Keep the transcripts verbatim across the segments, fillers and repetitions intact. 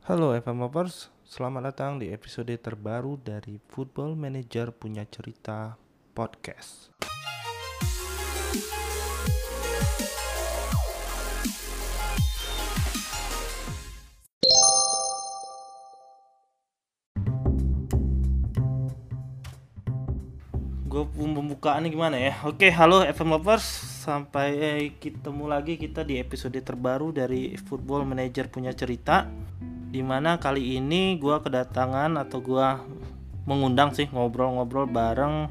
Halo F M Lovers, selamat datang di episode terbaru dari Football Manager Punya Cerita Podcast. Gue pembukaannya gimana ya? Oke, halo F M Lovers, sampai ketemu lagi kita di episode terbaru dari Football Manager Punya Cerita. Dimana kali ini gue kedatangan atau gue mengundang sih ngobrol-ngobrol bareng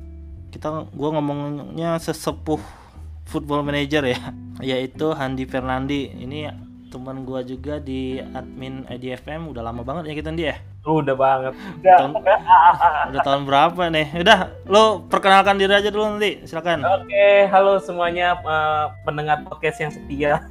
kita, gue ngomongnya sesepuh Football Manager ya, yaitu Handi Fernandi. Ini teman gue juga di admin I D F M, udah lama banget ya kita dia. Udah banget. Udah. Tahun, udah tahun berapa nih? Udah, lo perkenalkan diri aja dulu nanti, silakan. Oke, halo semuanya uh, pendengar podcast yang setia.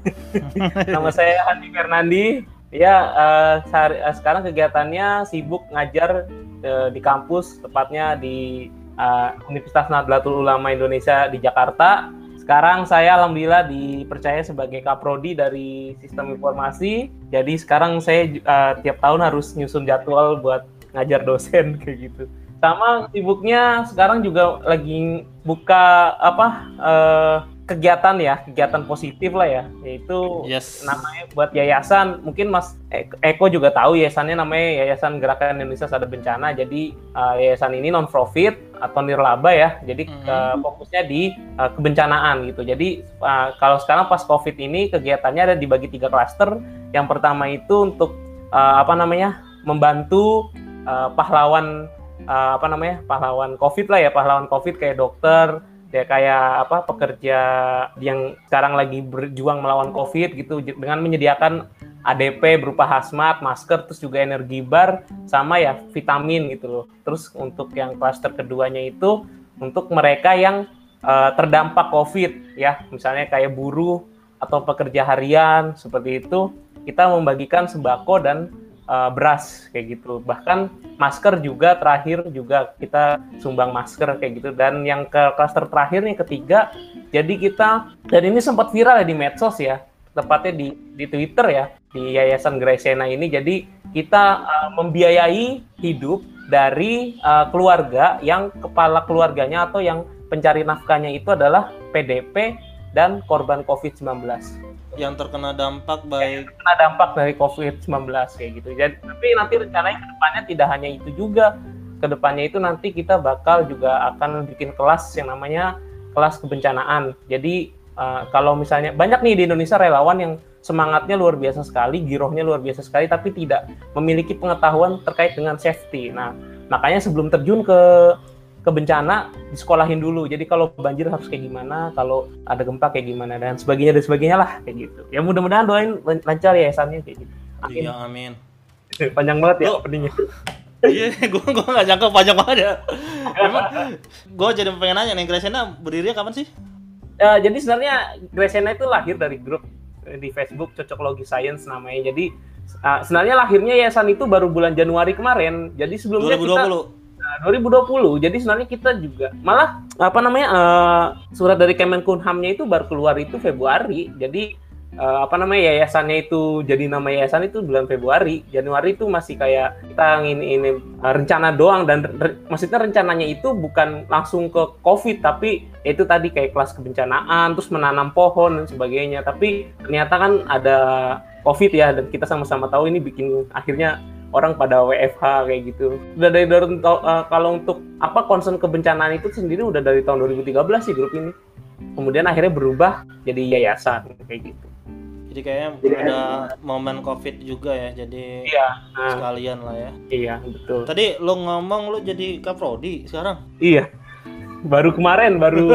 Nama saya Handi Fernandi. Ya, uh, sehari, uh, sekarang kegiatannya sibuk ngajar uh, di kampus, tepatnya di uh, Universitas Nahdlatul Ulama Indonesia di Jakarta. Sekarang saya alhamdulillah dipercaya sebagai kaprodi dari sistem informasi. Jadi sekarang saya uh, tiap tahun harus nyusun jadwal buat ngajar dosen kayak gitu. Sama sibuknya sekarang juga lagi buka apa uh, kegiatan ya, kegiatan positif lah ya, yaitu Yes. namanya buat yayasan. Mungkin Mas Eko juga tahu yayasannya namanya Yayasan Gerakan Indonesia Sadar Bencana. Jadi uh, yayasan ini non profit atau nirlaba ya. Jadi mm-hmm. uh, fokusnya di uh, kebencanaan gitu. Jadi uh, kalau sekarang pas Covid ini kegiatannya ada dibagi tiga klaster. Yang pertama itu untuk uh, apa namanya? membantu uh, pahlawan uh, apa namanya? pahlawan Covid lah ya, pahlawan Covid kayak dokter, ya kayak apa pekerja yang sekarang lagi berjuang melawan Covid gitu, dengan menyediakan A D P berupa hazmat, masker, terus juga energi bar sama ya vitamin gitu loh. Terus untuk yang klaster keduanya itu untuk mereka yang uh, terdampak Covid ya, misalnya kayak buruh atau pekerja harian seperti itu, kita membagikan sembako dan uh, beras kayak gitu. Bahkan masker juga terakhir juga kita sumbang masker kayak gitu. Dan yang ke klaster terakhir nih ketiga, jadi kita, dan ini sempat viral ya di medsos ya, tepatnya di di Twitter ya, di Yayasan Graisena ini. Jadi kita uh, membiayai hidup dari uh, keluarga yang kepala keluarganya atau yang pencari nafkahnya itu adalah P D P dan korban covid sembilan belas. Yang terkena dampak baik terkena dampak dari covid sembilan belas kayak gitu. Jadi tapi nanti rencananya ke depannya tidak hanya itu juga. Ke depannya itu nanti kita bakal juga akan bikin kelas yang namanya kelas kebencanaan. Jadi uh, kalau misalnya banyak nih di Indonesia relawan yang semangatnya luar biasa sekali, girohnya luar biasa sekali, tapi tidak memiliki pengetahuan terkait dengan safety. Nah, makanya sebelum terjun ke ke bencana disekolahin dulu. Jadi kalau banjir harus kayak gimana, kalau ada gempa kayak gimana, dan sebagainya dan sebagainya lah kayak gitu. Ya mudah-mudahan doain lancar ya yayasannya kayak gitu. Amin. Iya, amin. Panjang banget ya openingnya. Iya, gue gue nggak jangka panjang banget ya. Memang gue jadi pengen nanya nih, Graisena berdirinya kapan sih? Uh, jadi sebenarnya Graisena itu lahir dari grup di Facebook Cocoklogi Science namanya. Jadi uh, sebenarnya lahirnya yayasan itu baru bulan Januari kemarin. Jadi sebelumnya dua ribu dua puluh. kita dua ribu dua puluh. Jadi sebenarnya kita juga malah apa namanya uh, surat dari Kemenkumhamnya itu baru keluar itu Februari. Jadi uh, apa namanya yayasannya itu jadi nama yayasan itu bulan Februari. Januari itu masih kayak kita ini ini uh, rencana doang, dan re, maksudnya rencananya itu bukan langsung ke Covid, tapi itu tadi kayak kelas kebencanaan, terus menanam pohon dan sebagainya. Tapi ternyata kan ada Covid ya, dan kita sama-sama tahu ini bikin akhirnya orang pada W F H kayak gitu. Udah dari, dari uh, kalau untuk apa concern kebencanaan itu sendiri udah dari tahun dua ribu tiga belas sih grup ini. Kemudian akhirnya berubah jadi yayasan kayak gitu. Jadi kayaknya jadi, ada momen Covid juga ya. Jadi iya, nah, sekalian lah ya. Iya, betul. Tadi lo ngomong lo jadi kaprodi sekarang. Iya. Baru kemarin baru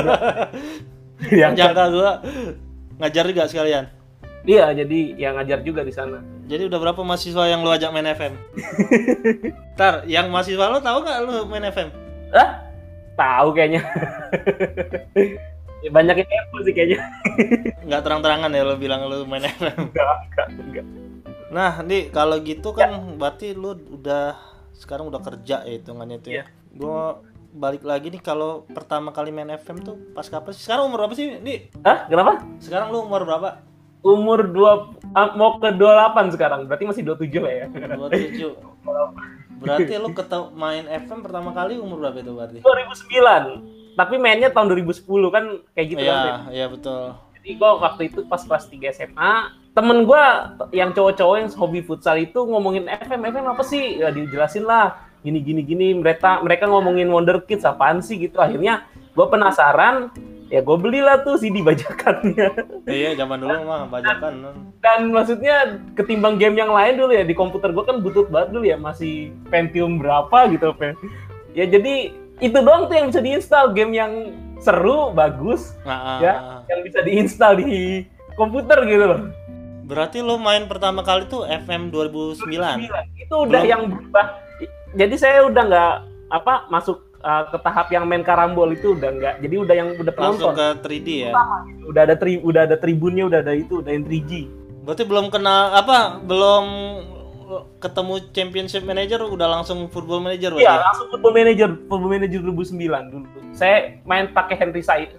yang jangka gua ngajar juga sekalian. Iya, jadi yang ngajar juga di sana. Jadi udah berapa mahasiswa yang lo ajak main F M? Ntar, yang mahasiswa lo tahu nggak lo main F M? Ah, tahu kayaknya. Banyak yang kepo sih kayaknya. Nggak terang-terangan ya lo bilang lo main F M? Enggak, enggak, enggak. Nah, Di, kalau gitu kan ya, berarti lo udah sekarang udah kerja ya hitungannya itu ya. ya. Gue balik lagi nih, kalau pertama kali main F M tuh pas kapan sih? Sekarang umur berapa sih, Di? Hah? Kenapa? Sekarang lo umur berapa? umur dua uh, mau ke dua puluh delapan sekarang, berarti masih dua puluh tujuh lah ya. dua puluh tujuh. Berarti lu ketemu main F M pertama kali umur berapa itu berarti? dua ribu sembilan. Tapi mainnya tahun dua ribu sepuluh kan kayak gitu ya, kan. Iya, iya betul. Jadi gue waktu itu pas kelas tiga S M A, temen gue yang cowok-cowok yang hobi futsal itu ngomongin F M, F M apa sih? Ya dijelasin lah, gini gini gini. Mereka mereka ngomongin Wonder Kids apaan sih gitu. Akhirnya gue penasaran, ya gue belilah tuh C D bajakannya. Iya, zaman dulu mah bajakan. Dan maksudnya ketimbang game yang lain dulu ya, di komputer gue kan butut banget dulu ya, masih Pentium berapa gitu. Ya jadi itu doang tuh yang bisa diinstal, game yang seru, bagus, nah, ya, uh, yang bisa diinstal di komputer gitu loh. Berarti lo main pertama kali tuh F M dua ribu sembilan? Itu udah belum... yang berubah. Jadi saya udah nggak apa masuk uh, ke tahap yang main karambol itu udah nggak. Jadi udah yang udah penonton. Langsung ke tiga D ya? Gitu. Udah ada tri, udah ada tribunnya, udah ada itu, udah yang tiga G. Berarti belum kenal apa? Belum ketemu Championship Manager udah langsung Football Manager berarti? Iya, langsung Football Manager, Football Manager dua ribu sembilan dulu. Saya main pakai Henry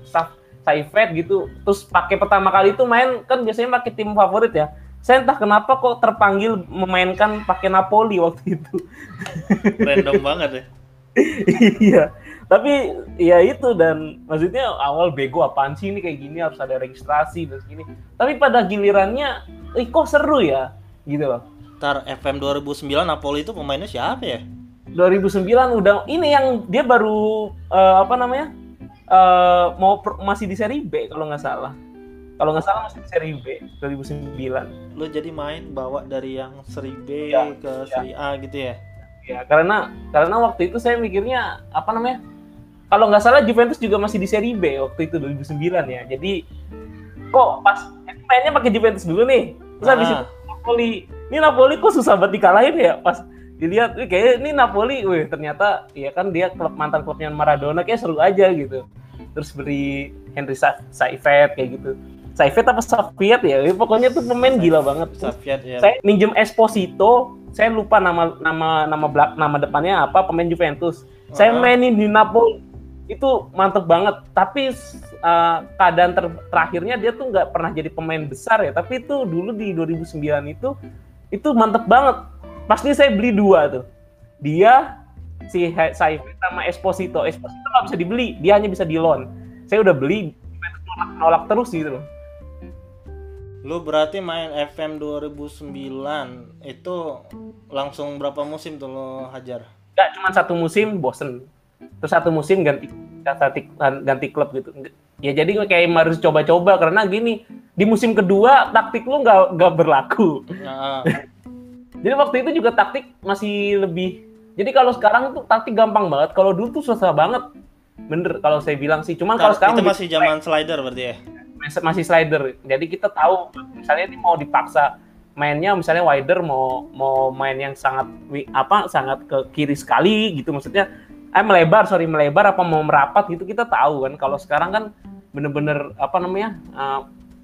Saifet gitu. Terus pakai pertama kali itu main kan biasanya pakai tim favorit ya. Saya entah kenapa kok terpanggil memainkan pakai Napoli waktu itu. Random banget ya. Iya. Tapi ya itu, dan maksudnya awal bego apaan sih ini kayak gini, harus ada registrasi dan segini. Tapi pada gilirannya, eh kok seru ya gitu loh. Ntar F M dua ribu sembilan Napoli itu pemainnya siapa ya? dua ribu sembilan udah ini yang dia baru uh, apa namanya uh, mau per, masih di seri B kalau nggak salah. Kalau nggak salah masih di seri B dua ribu sembilan. Lo jadi main bawa dari yang seri B ya, ke ya. Seri A gitu ya? Ya karena karena waktu itu saya mikirnya apa namanya, kalau nggak salah Juventus juga masih di seri B waktu itu dua ribu sembilan ya. Jadi kok pas mainnya pakai Juventus dulu nih, terus habis itu Napoli. Ini Napoli kok susah banget dikalahin ya, pas dilihat kayak ini Napoli, wih ternyata ya kan dia klub mantan klubnya Maradona, kayak seru aja gitu. Terus beli Henry Saifet kayak gitu. Saifet apa Safiat ya? Pokoknya tuh pemain gila banget. Safiat ya. Saya minjem Esposito, saya lupa nama nama nama belak, nama depannya apa, pemain Juventus. Uh-huh. Saya mainin di Napoli. Itu mantep banget, tapi uh, keadaan ter- terakhirnya dia tuh nggak pernah jadi pemain besar ya, tapi itu dulu di dua ribu sembilan itu itu mantep banget. Pasti saya beli dua tuh, dia si Saifet sama Esposito. Esposito nggak bisa dibeli, dia hanya bisa di loan. Saya udah beli, nolak, nolak terus gitu loh. Lu berarti main F M dua ribu sembilan itu langsung berapa musim tuh lo hajar? Nggak, cuma satu musim bosen. Terus satu musim ganti ganti, ganti klub gitu. Ya jadi kayak harus coba-coba, karena gini, di musim kedua taktik lu nggak nggak berlaku. Nah. Jadi waktu itu juga taktik masih lebih. Jadi kalau sekarang tuh taktik gampang banget. Kalau dulu tuh susah banget. Bener kalau saya bilang sih. Cuman kalau sekarang itu masih zaman slider berarti ya? Masih slider. Jadi kita tahu misalnya ini mau dipaksa mainnya misalnya wider, mau mau main yang sangat apa sangat ke kiri sekali gitu, maksudnya eh melebar sorry melebar apa mau merapat gitu, kita tahu kan. Kalau sekarang kan bener-bener apa namanya uh,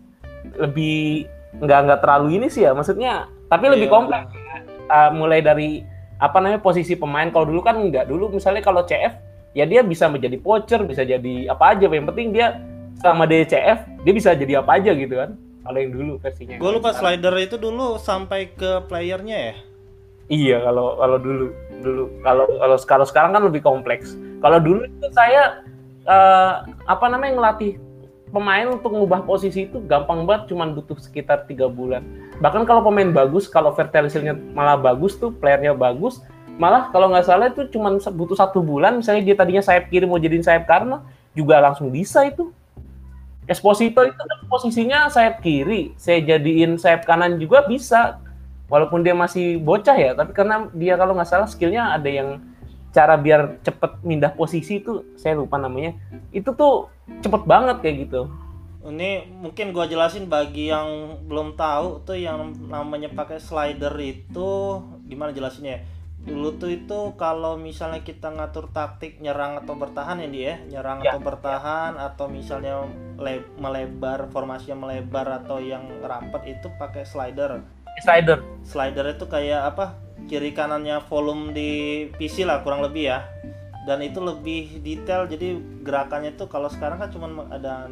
lebih nggak nggak terlalu ini sih ya, maksudnya tapi lebih yeah. kompleks uh, mulai dari apa namanya posisi pemain. Kalau dulu kan nggak, dulu misalnya kalau C F ya dia bisa menjadi poacher, bisa jadi apa aja, yang penting dia sama D C F dia bisa jadi apa aja gitu kan. Kalau yang dulu versinya. Gue lupa slider itu dulu sampai ke playernya ya. Iya, kalau kalau dulu dulu kalau kalau kalau sekarang kan lebih kompleks. Kalau dulu itu saya uh, apa namanya ngelatih pemain untuk ngubah posisi itu gampang banget, cuman butuh sekitar tiga bulan. Bahkan kalau pemain bagus, kalau verticalnya malah bagus tuh, playernya bagus, malah kalau nggak salah itu cuman butuh satu bulan. Misalnya dia tadinya sayap kiri mau jadiin sayap kanan, juga langsung bisa itu. Esposito itu kan posisinya sayap kiri, saya jadiin sayap kanan juga bisa. Walaupun dia masih bocah ya, tapi karena dia kalau nggak salah skillnya ada yang cara biar cepet pindah posisi itu, saya lupa namanya. Itu tuh cepet banget kayak gitu. Ini mungkin gua jelasin bagi yang belum tahu tuh, yang namanya pakai slider itu gimana jelasinnya. Dulu tuh itu kalau misalnya kita ngatur taktik nyerang atau bertahan ya dia, nyerang ya, atau bertahan ya. Atau misalnya le- melebar, formasinya melebar atau yang rapat itu pakai slider. Slider. Slider itu kayak apa? Kiri kanannya volume di P C lah kurang lebih ya. Dan itu lebih detail, jadi gerakannya tuh kalau sekarang kan cuma ada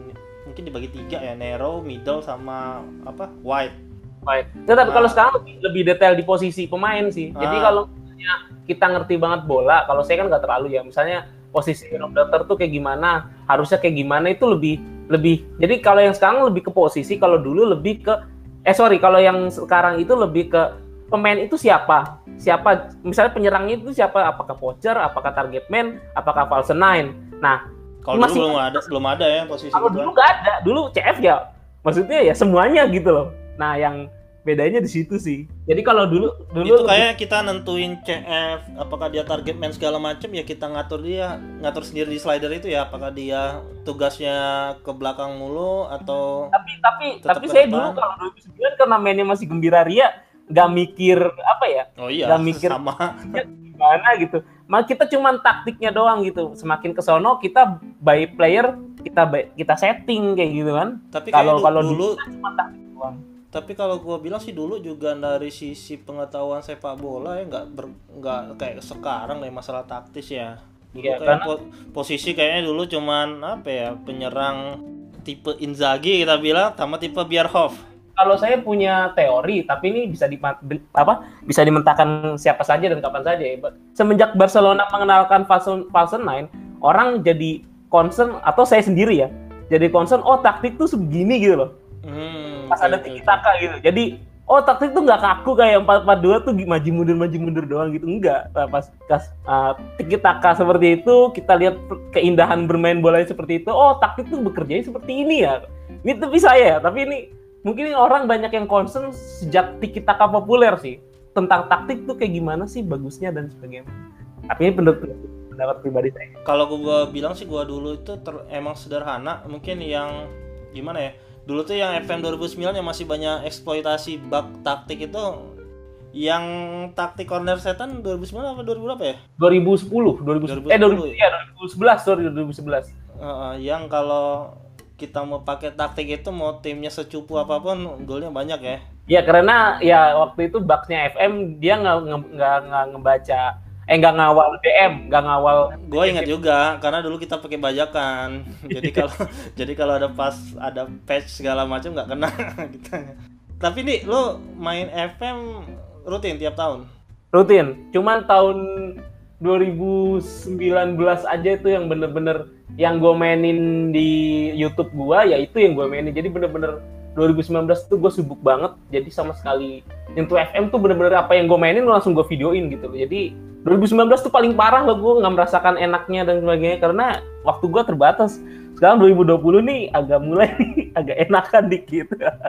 mungkin dibagi tiga ya, narrow, middle sama apa wide. Wide. Tetapi nah. kalau sekarang lebih, lebih detail di posisi pemain sih. Ah. Jadi kalau misalnya kita ngerti banget bola, kalau saya kan nggak terlalu ya. Misalnya posisi dokter tuh kayak gimana, harusnya kayak gimana itu lebih lebih. Jadi kalau yang sekarang lebih ke posisi, kalau dulu lebih ke eh sorry kalau yang sekarang itu lebih ke pemain itu siapa, siapa misalnya penyerangnya itu siapa, apakah poacher, apakah target man, apakah false nine. Nah kalau dulu belum ada belum ada ya posisi kalau dulu nggak ada, dulu C F ya maksudnya ya semuanya gitu loh. Nah yang bedanya di situ sih. Jadi kalau dulu dulu itu kayak lebih... kita nentuin C F apakah dia target man segala macam ya, kita ngatur dia, ngatur sendiri di slider itu ya, apakah dia tugasnya ke belakang mulu atau tapi tapi tapi saya depan. Dulu kalau dua ribu sembilan karena mainnya masih Gembira Ria nggak mikir apa ya, oh iya, nggak mikir sama gimana gitu. Mak kita cuman taktiknya doang gitu. Semakin ke sono kita by player, kita by, kita setting kayak gitu kan. Tapi kalau kalau dulu, dulu cuma taktik doang. Tapi kalau gue bilang sih dulu juga dari sisi pengetahuan sepak bola ya nggak nggak kayak sekarang deh masalah taktis ya. Iya, kayak karena... po- posisi kayaknya dulu cuman apa ya, penyerang tipe Inzaghi kita bilang sama tipe Bierhoff. Kalau saya punya teori, tapi ini bisa di apa bisa dimentahkan siapa saja dan kapan saja ya. Semenjak Barcelona mengenalkan false, false nine, orang jadi concern, atau saya sendiri ya, jadi concern, oh taktik tuh sebegini gitu loh. Hmm, pas ada tiki taka gitu. Jadi oh taktik tuh nggak kaku kayak empat empat dua tuh maju mundur maju mundur doang gitu. Enggak. Pas pas uh, tiki taka seperti itu, kita lihat keindahan bermain bolanya seperti itu. Oh taktik tuh bekerjanya seperti ini ya. Ini tapi saya ya, tapi ini mungkin orang banyak yang concern sejak tiki taka populer sih tentang taktik tuh kayak gimana sih bagusnya dan sebagainya. Tapi ini pendapat, pendapat pribadi saya. Kalau gue bilang sih gue dulu itu ter, emang sederhana. Mungkin yang gimana ya? Dulu tuh yang F M dua ribu sembilan yang masih banyak eksploitasi bug taktik itu, yang taktik corner setan dua ribu sembilan apa dua ribu berapa ya? dua ribu sepuluh, dua ribu sepuluh. Eh dua ribu, ya dua ribu sebelas, sorry dua ribu sebelas. Uh, yang kalau kita mau pakai taktik itu mau timnya secupu apapun golnya banyak ya. Ya karena ya waktu itu bugnya F M dia nggak nggak nggak ngebaca eh nggak ngawal D M, nggak ngawal. Gue ingat juga karena dulu kita pakai bajakan. jadi kalau jadi kalau ada pas ada patch segala macam nggak kena gitu. Tapi nih lo main F M rutin tiap tahun? Rutin. Cuman tahun dua ribu sembilan belas aja itu yang bener-bener yang gue mainin di YouTube gue, ya itu yang gue mainin. Jadi bener-bener dua ribu sembilan belas tuh gue sibuk banget. Jadi sama sekali nyentuh F M tuh bener-bener apa yang gue mainin langsung gue videoin gitu. Jadi dua ribu sembilan belas tuh paling parah loh, gue nggak merasakan enaknya dan sebagainya karena waktu gue terbatas. Sekarang dua ribu dua puluh nih agak mulai agak enakan dikit.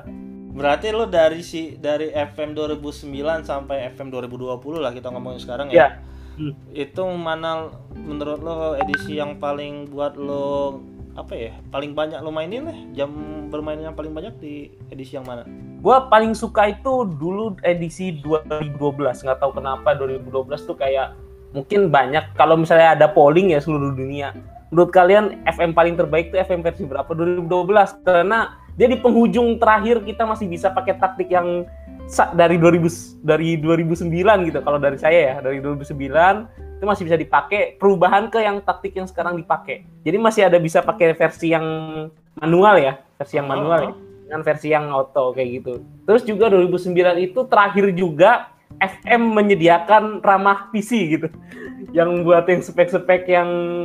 Berarti lo dari si dari F M dua ribu sembilan sampai F M dua ribu dua puluh lah kita ngomongin sekarang ya. Ya. Hmm. Itu mana menurut lo edisi yang paling buat lo apa ya? Paling banyak lo mainin lah, jam bermain yang paling banyak di edisi yang mana? Gua paling suka itu dulu edisi dua ribu dua belas, nggak tahu kenapa dua ribu dua belas tuh kayak mungkin banyak kalau misalnya ada polling ya seluruh dunia. Menurut kalian F M paling terbaik tuh F M versi berapa? dua ribu dua belas karena dia di penghujung terakhir kita masih bisa pakai taktik yang dari dua ribu dari dua ribu sembilan gitu. Kalau dari saya ya, dari dua ribu sembilan itu masih bisa dipakai, perubahan ke yang taktik yang sekarang dipakai. Jadi masih ada bisa pakai versi yang manual ya, versi yang manual ya, dengan versi yang auto kayak gitu. Terus juga dua ribu sembilan itu terakhir juga F M menyediakan ramah P C gitu. Yang buat yang spek-spek yang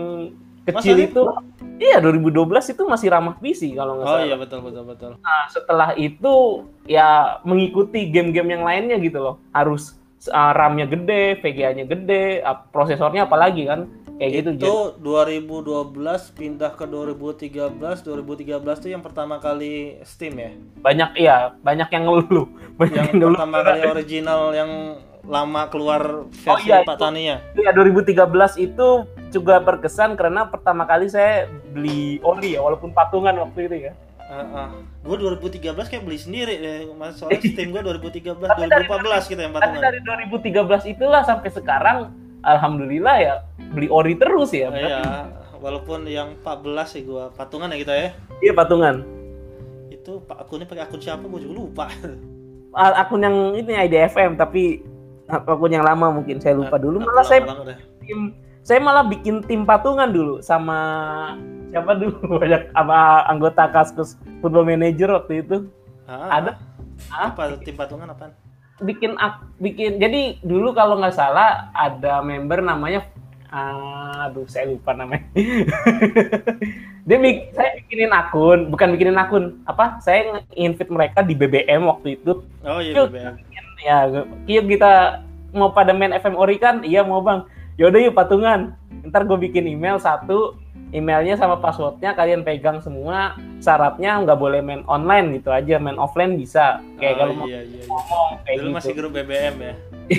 kecil Masa itu ini? Iya dua ribu dua belas itu masih ramah P C kalau nggak salah. Oh iya betul betul betul. Nah setelah itu ya mengikuti game-game yang lainnya gitu loh. Harus uh, RAM-nya gede, V G A-nya gede, uh, prosesornya apalagi kan kayak itu gitu. Itu dua ribu dua belas pindah ke dua ribu tiga belas. dua ribu tiga belas tuh yang pertama kali Steam ya. Banyak iya, banyak yang ngeluh. Banyak yang, yang pertama kali original yang lama keluar versi oh, iya, Pak Tania. Iya dua ribu tiga belas itu juga berkesan karena pertama kali saya beli oli ya walaupun patungan waktu itu ya. Uh, uh. Gue dua ribu tiga belas kayak beli sendiri deh, soalnya Steam gue dua ribu tiga belas dua ribu empat belas gitu yang patungan. Tapi dari dua ribu tiga belas itulah sampai sekarang alhamdulillah ya beli ori terus ya. Uh, iya, walaupun yang empat belas sih gue patungan ya kita ya. Iya patungan. Itu akunnya pakai akun siapa gue juga lupa. Akun yang ini I D F M tapi akun yang lama mungkin saya lupa dulu. Malah saya tim saya malah bikin tim patungan dulu sama siapa dulu banyak apa anggota Kaskus Football Manager waktu itu. Ah, Ada apa tim patungan apaan? Bikin bikin jadi dulu kalau nggak salah ada member namanya aduh saya lupa namanya. Dia bik, saya bikinin akun, bukan bikinin akun, apa? Saya invite mereka di B B M waktu itu. Oh iya B B M. Ya, yuk kita mau pada main F M Ori kan? Iya mau bang. Yaudah yuk patungan. Ntar gue bikin email satu, emailnya sama passwordnya kalian pegang semua. Syaratnya nggak boleh main online gitu aja, main offline bisa. Kayak oh, kalau iya, mau iya, iya. ngomong kayak dulu gitu. Masih grup B B M ya.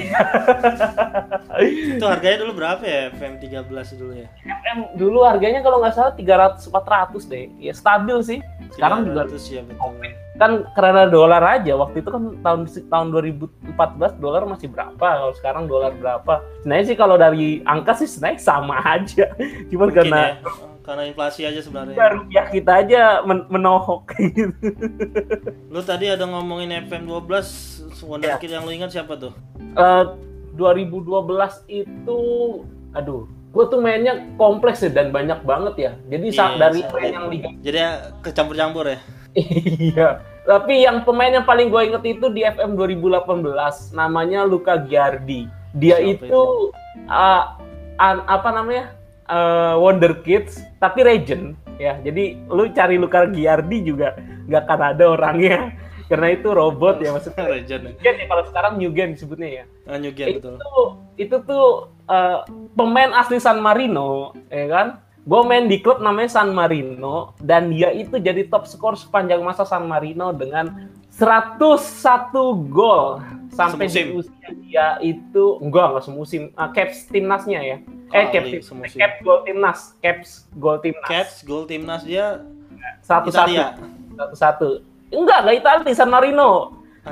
Itu harganya dulu berapa ya F M tiga belas dulu ya? F M dulu harganya kalau nggak salah tiga ratus empat ratus deh. Ya stabil sih. Sekarang juga ya, betul. Kan karena dolar aja. Waktu itu kan tahun tahun dua ribu empat belas dolar masih berapa? Kalau sekarang dolar berapa? Sebenarnya sih kalau dari angka sih sebenarnya sama aja. Cuman Mungkin karena ya, karena inflasi aja sebenarnya. rupiah kita aja men- menohok gitu. Lu tadi ada ngomongin F M dua belas Wonderkid ya. Yang lu ingat siapa tuh? Uh, dua ribu dua belas itu aduh, gue tuh mainnya kompleks ya dan banyak banget ya. Jadi Iya, dari iya. main yang liga. Jadi ya kecampur-campur ya. Iya. Tapi yang pemain yang paling gue inget itu di F M dua ribu delapan belas namanya Luca Giardi. Dia Siapa itu, itu? Uh, an, apa namanya? Uh, Wonderkids tapi legend ya. Jadi lu cari Luca Giardi juga nggak akan ada orangnya. Karena itu robot ya maksudnya. Legend ya. Gen ya, kalau sekarang New Gen disebutnya ya. Ah, New Gen, itu, betul. itu tuh uh, pemain asli San Marino, ya kan? Gue main di klub namanya San Marino dan dia itu jadi top skor sepanjang masa San Marino dengan seratus satu gol sampai Semusim. di usia dia itu enggak enggak semusim. Uh, caps timnasnya ya. Eh Kali, caps semusim. caps gol timnas, caps gol timnas. Caps gol timnas dia satu satu. Italia. Satu satu. Enggak, enggak Italia, San Marino.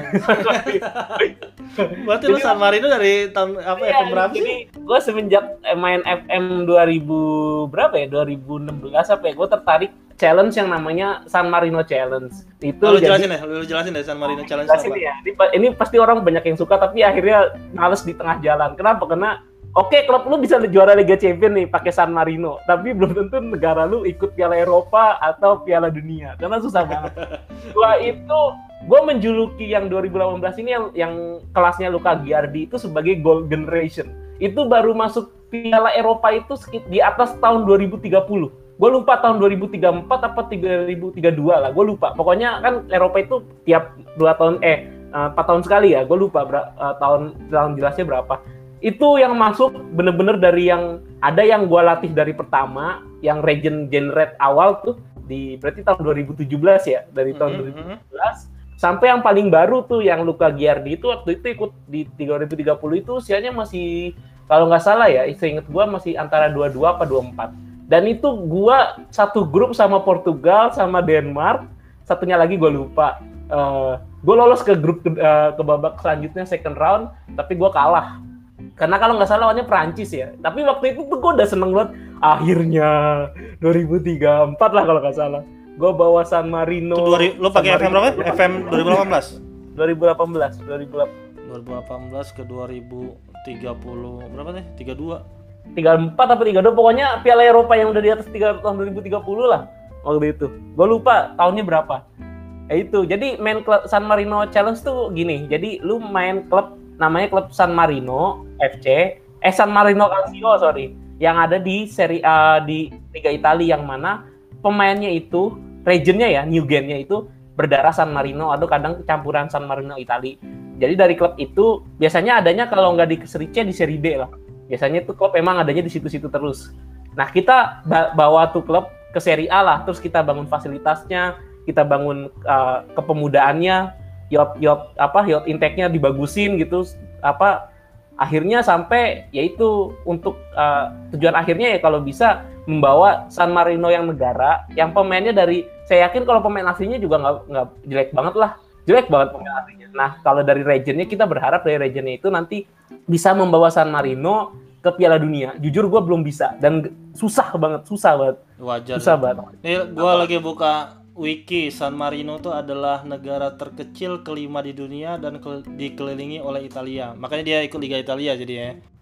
Berarti lu San Marino dari tahun apa Iya, F M berapa jadi sih? gue semenjak main F M dua ribu berapa ya? dua ribu enam belas apa ya? Gue tertarik challenge yang namanya San Marino Challenge. Itu Oh, lu jadi- jelasin ya, lu jelasin deh San Marino Challenge jelasin apa? ya. Ini, ini pasti orang banyak yang suka tapi akhirnya males di tengah jalan. Kenapa? Karena oke, klub lu bisa juara Liga Champions nih pakai San Marino, tapi belum tentu negara lu ikut Piala Eropa atau Piala Dunia. Karena susah banget. Gua itu gue menjuluki yang dua ribu delapan belas ini yang yang kelasnya Luca Giardi itu sebagai Gold Generation. Itu baru masuk Piala Eropa itu sekit di atas tahun dua ribu tiga puluh. Gue lupa tahun dua ribu tiga puluh empat apa dua ribu tiga puluh dua lah, gue lupa. Pokoknya kan Eropa itu tiap dua tahun eh empat tahun sekali ya, gue lupa ber- uh, tahun tahun jelasnya berapa. Itu yang masuk bener-bener dari yang ada yang gue latih dari pertama, yang Region Generate awal tuh di berarti tahun dua ribu tujuh belas ya, dari tahun dua ribu tujuh belas sampai yang paling baru tuh yang Luca Giardi itu waktu itu ikut di dua ribu tiga puluh itu usianya masih kalau nggak salah ya, seinget gue masih antara dua puluh dua apa dua puluh empat. Dan itu gue satu grup sama Portugal sama Denmark, satunya lagi gue lupa. Uh, gue lolos ke grup ke, uh, ke babak selanjutnya second round, tapi gue kalah. Karena kalau nggak salah lawannya Prancis ya. Tapi waktu itu tuh gue udah seneng banget. Akhirnya dua ribu tiga puluh empat lah kalau nggak salah. Gue bawa San Marino. Itu dua ribu, lu pakai F M berapa? F M dua ribu delapan belas. dua ribu delapan belas, dua ribu delapan belas ke dua ribu tiga puluh berapa nih? tiga puluh dua. tiga puluh empat atau tiga puluh dua, pokoknya Piala Eropa yang udah di atas tiga tahun dua ribu tiga puluh lah waktu itu. Gue lupa tahunnya berapa. Eh itu, jadi main klub San Marino Challenge tuh gini. Jadi lu main klub namanya klub San Marino F C, eh San Marino Calcio sorry, yang ada di Serie A di Liga Italia yang mana pemainnya itu regionnya ya, New Gen-nya itu berdarah San Marino atau kadang campuran San Marino Italia. Jadi dari klub itu biasanya adanya kalau nggak di Serie C di Serie D lah. Biasanya tuh klub emang adanya di situ-situ terus. Nah kita ba- bawa tuh klub ke Serie A lah, terus kita bangun fasilitasnya, kita bangun uh, kepemudaannya, yacht yacht apa yacht intake-nya dibagusin gitu, apa akhirnya sampai yaitu untuk uh, tujuan akhirnya ya kalau bisa membawa San Marino yang negara, yang pemainnya dari saya yakin kalau pemain aslinya juga nggak nggak jelek banget lah, jelek banget pemain aslinya. Nah kalau dari regionnya kita berharap dari regionnya itu nanti bisa membawa San Marino ke Piala Dunia. Jujur gue belum bisa dan susah banget, susah banget. Wajar. Susah banget. Nih gue lagi buka wiki. San Marino itu adalah negara terkecil kelima di dunia dan ke- dikelilingi oleh Italia. Makanya dia ikut Liga Italia jadi ya.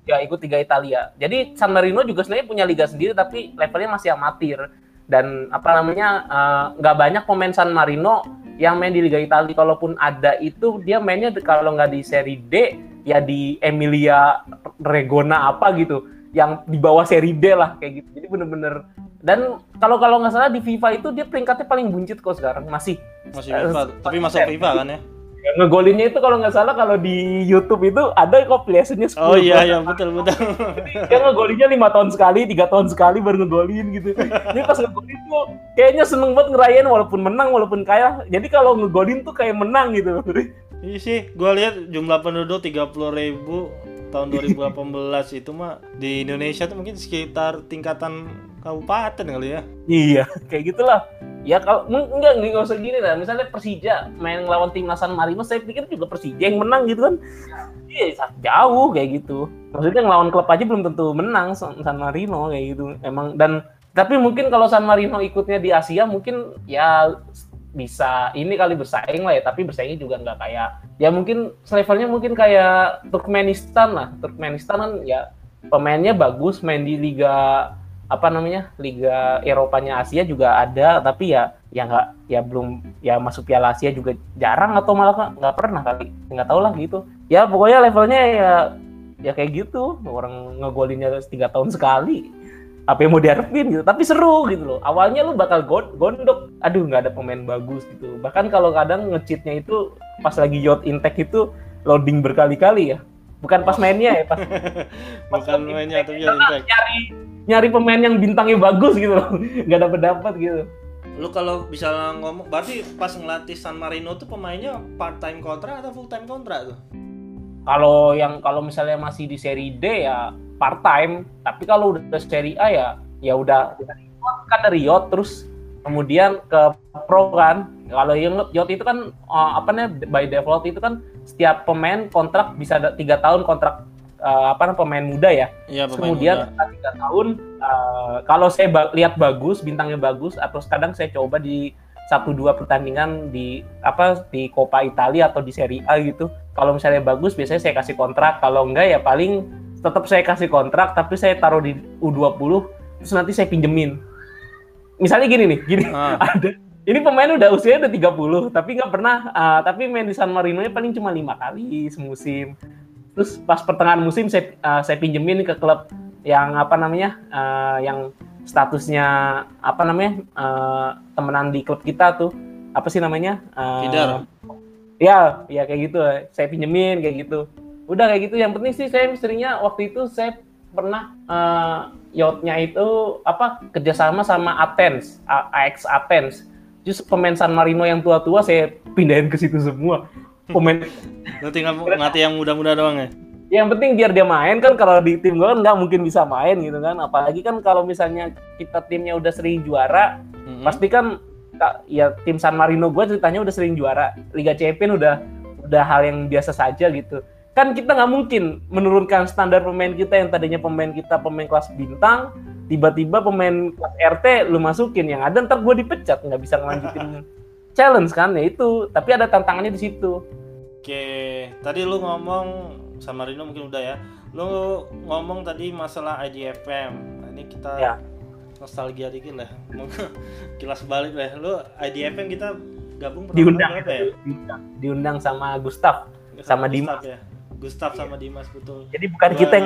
ya ikut Liga Italia. Jadi San Marino juga sebenarnya punya liga sendiri tapi levelnya masih amatir dan apa namanya nggak uh, banyak pemain San Marino yang main di Liga Italia. Kalaupun ada itu dia mainnya kalau nggak di Serie D ya di Emilia Regona apa gitu yang di bawah Serie D lah kayak gitu. Jadi bener-bener dan kalau kalau nggak salah di FIFA itu dia peringkatnya paling buncit kok sekarang masih masih FIFA uh, tapi masuk FIFA kan ya. Ya, ngegolinnya itu kalau nggak salah kalau di YouTube itu ada kok playernya sepuluh. Oh iya iya betul betul. Dia ngegolinnya lima tahun sekali, tiga tahun sekali baru ngegolin gitu. Dia pas ngegolin tuh kayaknya seneng banget ngerayain walaupun menang walaupun kalah. Jadi kalau ngegolin tuh kayak menang gitu. Iya sih, gua lihat jumlah penduduk tiga puluh ribu tahun dua ribu delapan belas itu mah di Indonesia tuh mungkin sekitar tingkatan kabupaten kali ya. Iya, kayak gitulah. Ya kalau enggak enggak usah gini lah. Misalnya Persija main lawan timnas San Marino, saya pikir juga Persija yang menang gitu kan. Iya, jauh kayak gitu. Maksudnya ngelawan klub aja belum tentu menang San Marino kayak gitu. Emang dan tapi mungkin kalau San Marino ikutnya di Asia mungkin ya bisa ini kali bersaing lah ya, tapi bersaingnya juga nggak kayak ya mungkin levelnya mungkin kayak Turkmenistan lah. Turkmenistan kan ya pemainnya bagus, main di liga apa namanya Liga Eropanya Asia juga ada, tapi ya ya nggak ya belum ya masuk Piala Asia juga jarang atau malah nggak pernah kali, nggak tahu lah gitu. Ya pokoknya levelnya ya ya kayak gitu, orang ngegolinnya tiga tahun sekali. Apa yang mau diharapin gitu, tapi seru gitu loh. Awalnya lu bakal gondok, aduh nggak ada pemain bagus gitu. Bahkan kalau kadang nge-cheatnya itu pas lagi yacht intake itu loading berkali-kali ya. Bukan pas mainnya ya, pas bukan mainnya tapi yacht intake. Nyari nyari pemain yang bintangnya bagus gitu loh, nggak dapet dapet gitu. Lu kalau bisa ngomong, berarti pas ngelatih San Marino tuh pemainnya part time kontrak atau full time kontrak tuh? Kalau yang kalau misalnya masih di Serie D ya part time, tapi kalau udah Serie A ya ya udah kan dari yacht terus kemudian ke pro kan. Kalau yang yacht itu kan apa namanya by default itu kan setiap pemain kontrak bisa tiga tahun kontrak. Uh, apa pemain muda ya, ya kemudian setelah tiga tahun uh, kalau saya ba- lihat bagus bintangnya bagus atau kadang saya coba di satu dua pertandingan di apa di Coppa Italia atau di Serie A gitu, kalau misalnya bagus biasanya saya kasih kontrak, kalau enggak ya paling tetap saya kasih kontrak tapi saya taruh di U dua puluh terus nanti saya pinjemin. Misalnya gini nih gini ah. ada ini pemain udah usianya udah tiga puluh tapi nggak pernah uh, tapi main di San Marino nya paling cuma lima kali semusim. Terus pas pertengahan musim saya uh, saya pinjemin ke klub yang apa namanya uh, yang statusnya apa namanya uh, temenan di klub kita tuh apa sih namanya uh, Feeder. Ya ya kayak gitu saya pinjemin kayak gitu. Udah kayak gitu yang penting sih saya misterinya waktu itu saya pernah uh, yachtnya itu apa kerjasama sama Athens A X Athens. Justru pemain San Marino yang tua-tua saya pindahin ke situ semua. Pemain nanti nggak yang muda-muda doang ya? Yang penting biar dia main kan, kalau di tim gue kan nggak mungkin bisa main gitu kan, apalagi kan kalau misalnya kita timnya udah sering juara, mm-hmm. pasti kan ya tim San Marino gue ceritanya udah sering juara Liga Champions, udah udah hal yang biasa saja gitu. Kan kita nggak mungkin menurunkan standar pemain kita yang tadinya pemain kita pemain kelas bintang, tiba-tiba pemain kelas R T lu masukin, yang ada ntar gue dipecat, nggak bisa ngelanjutin challenge kan ya itu. Tapi ada tantangannya di situ. Oke, tadi lu ngomong San Marino mungkin udah ya. Lu ngomong tadi masalah I D F M. Nah, ini kita ya. Nostalgia dikit lah. Kilas balik lah. Lu I D F M kita gabung diundang berapa ya? Diundang, diundang sama Gustaf, sama, sama Dimas. Ya. Gustaf sama Dimas betul. Jadi bukan dua ribu kita yang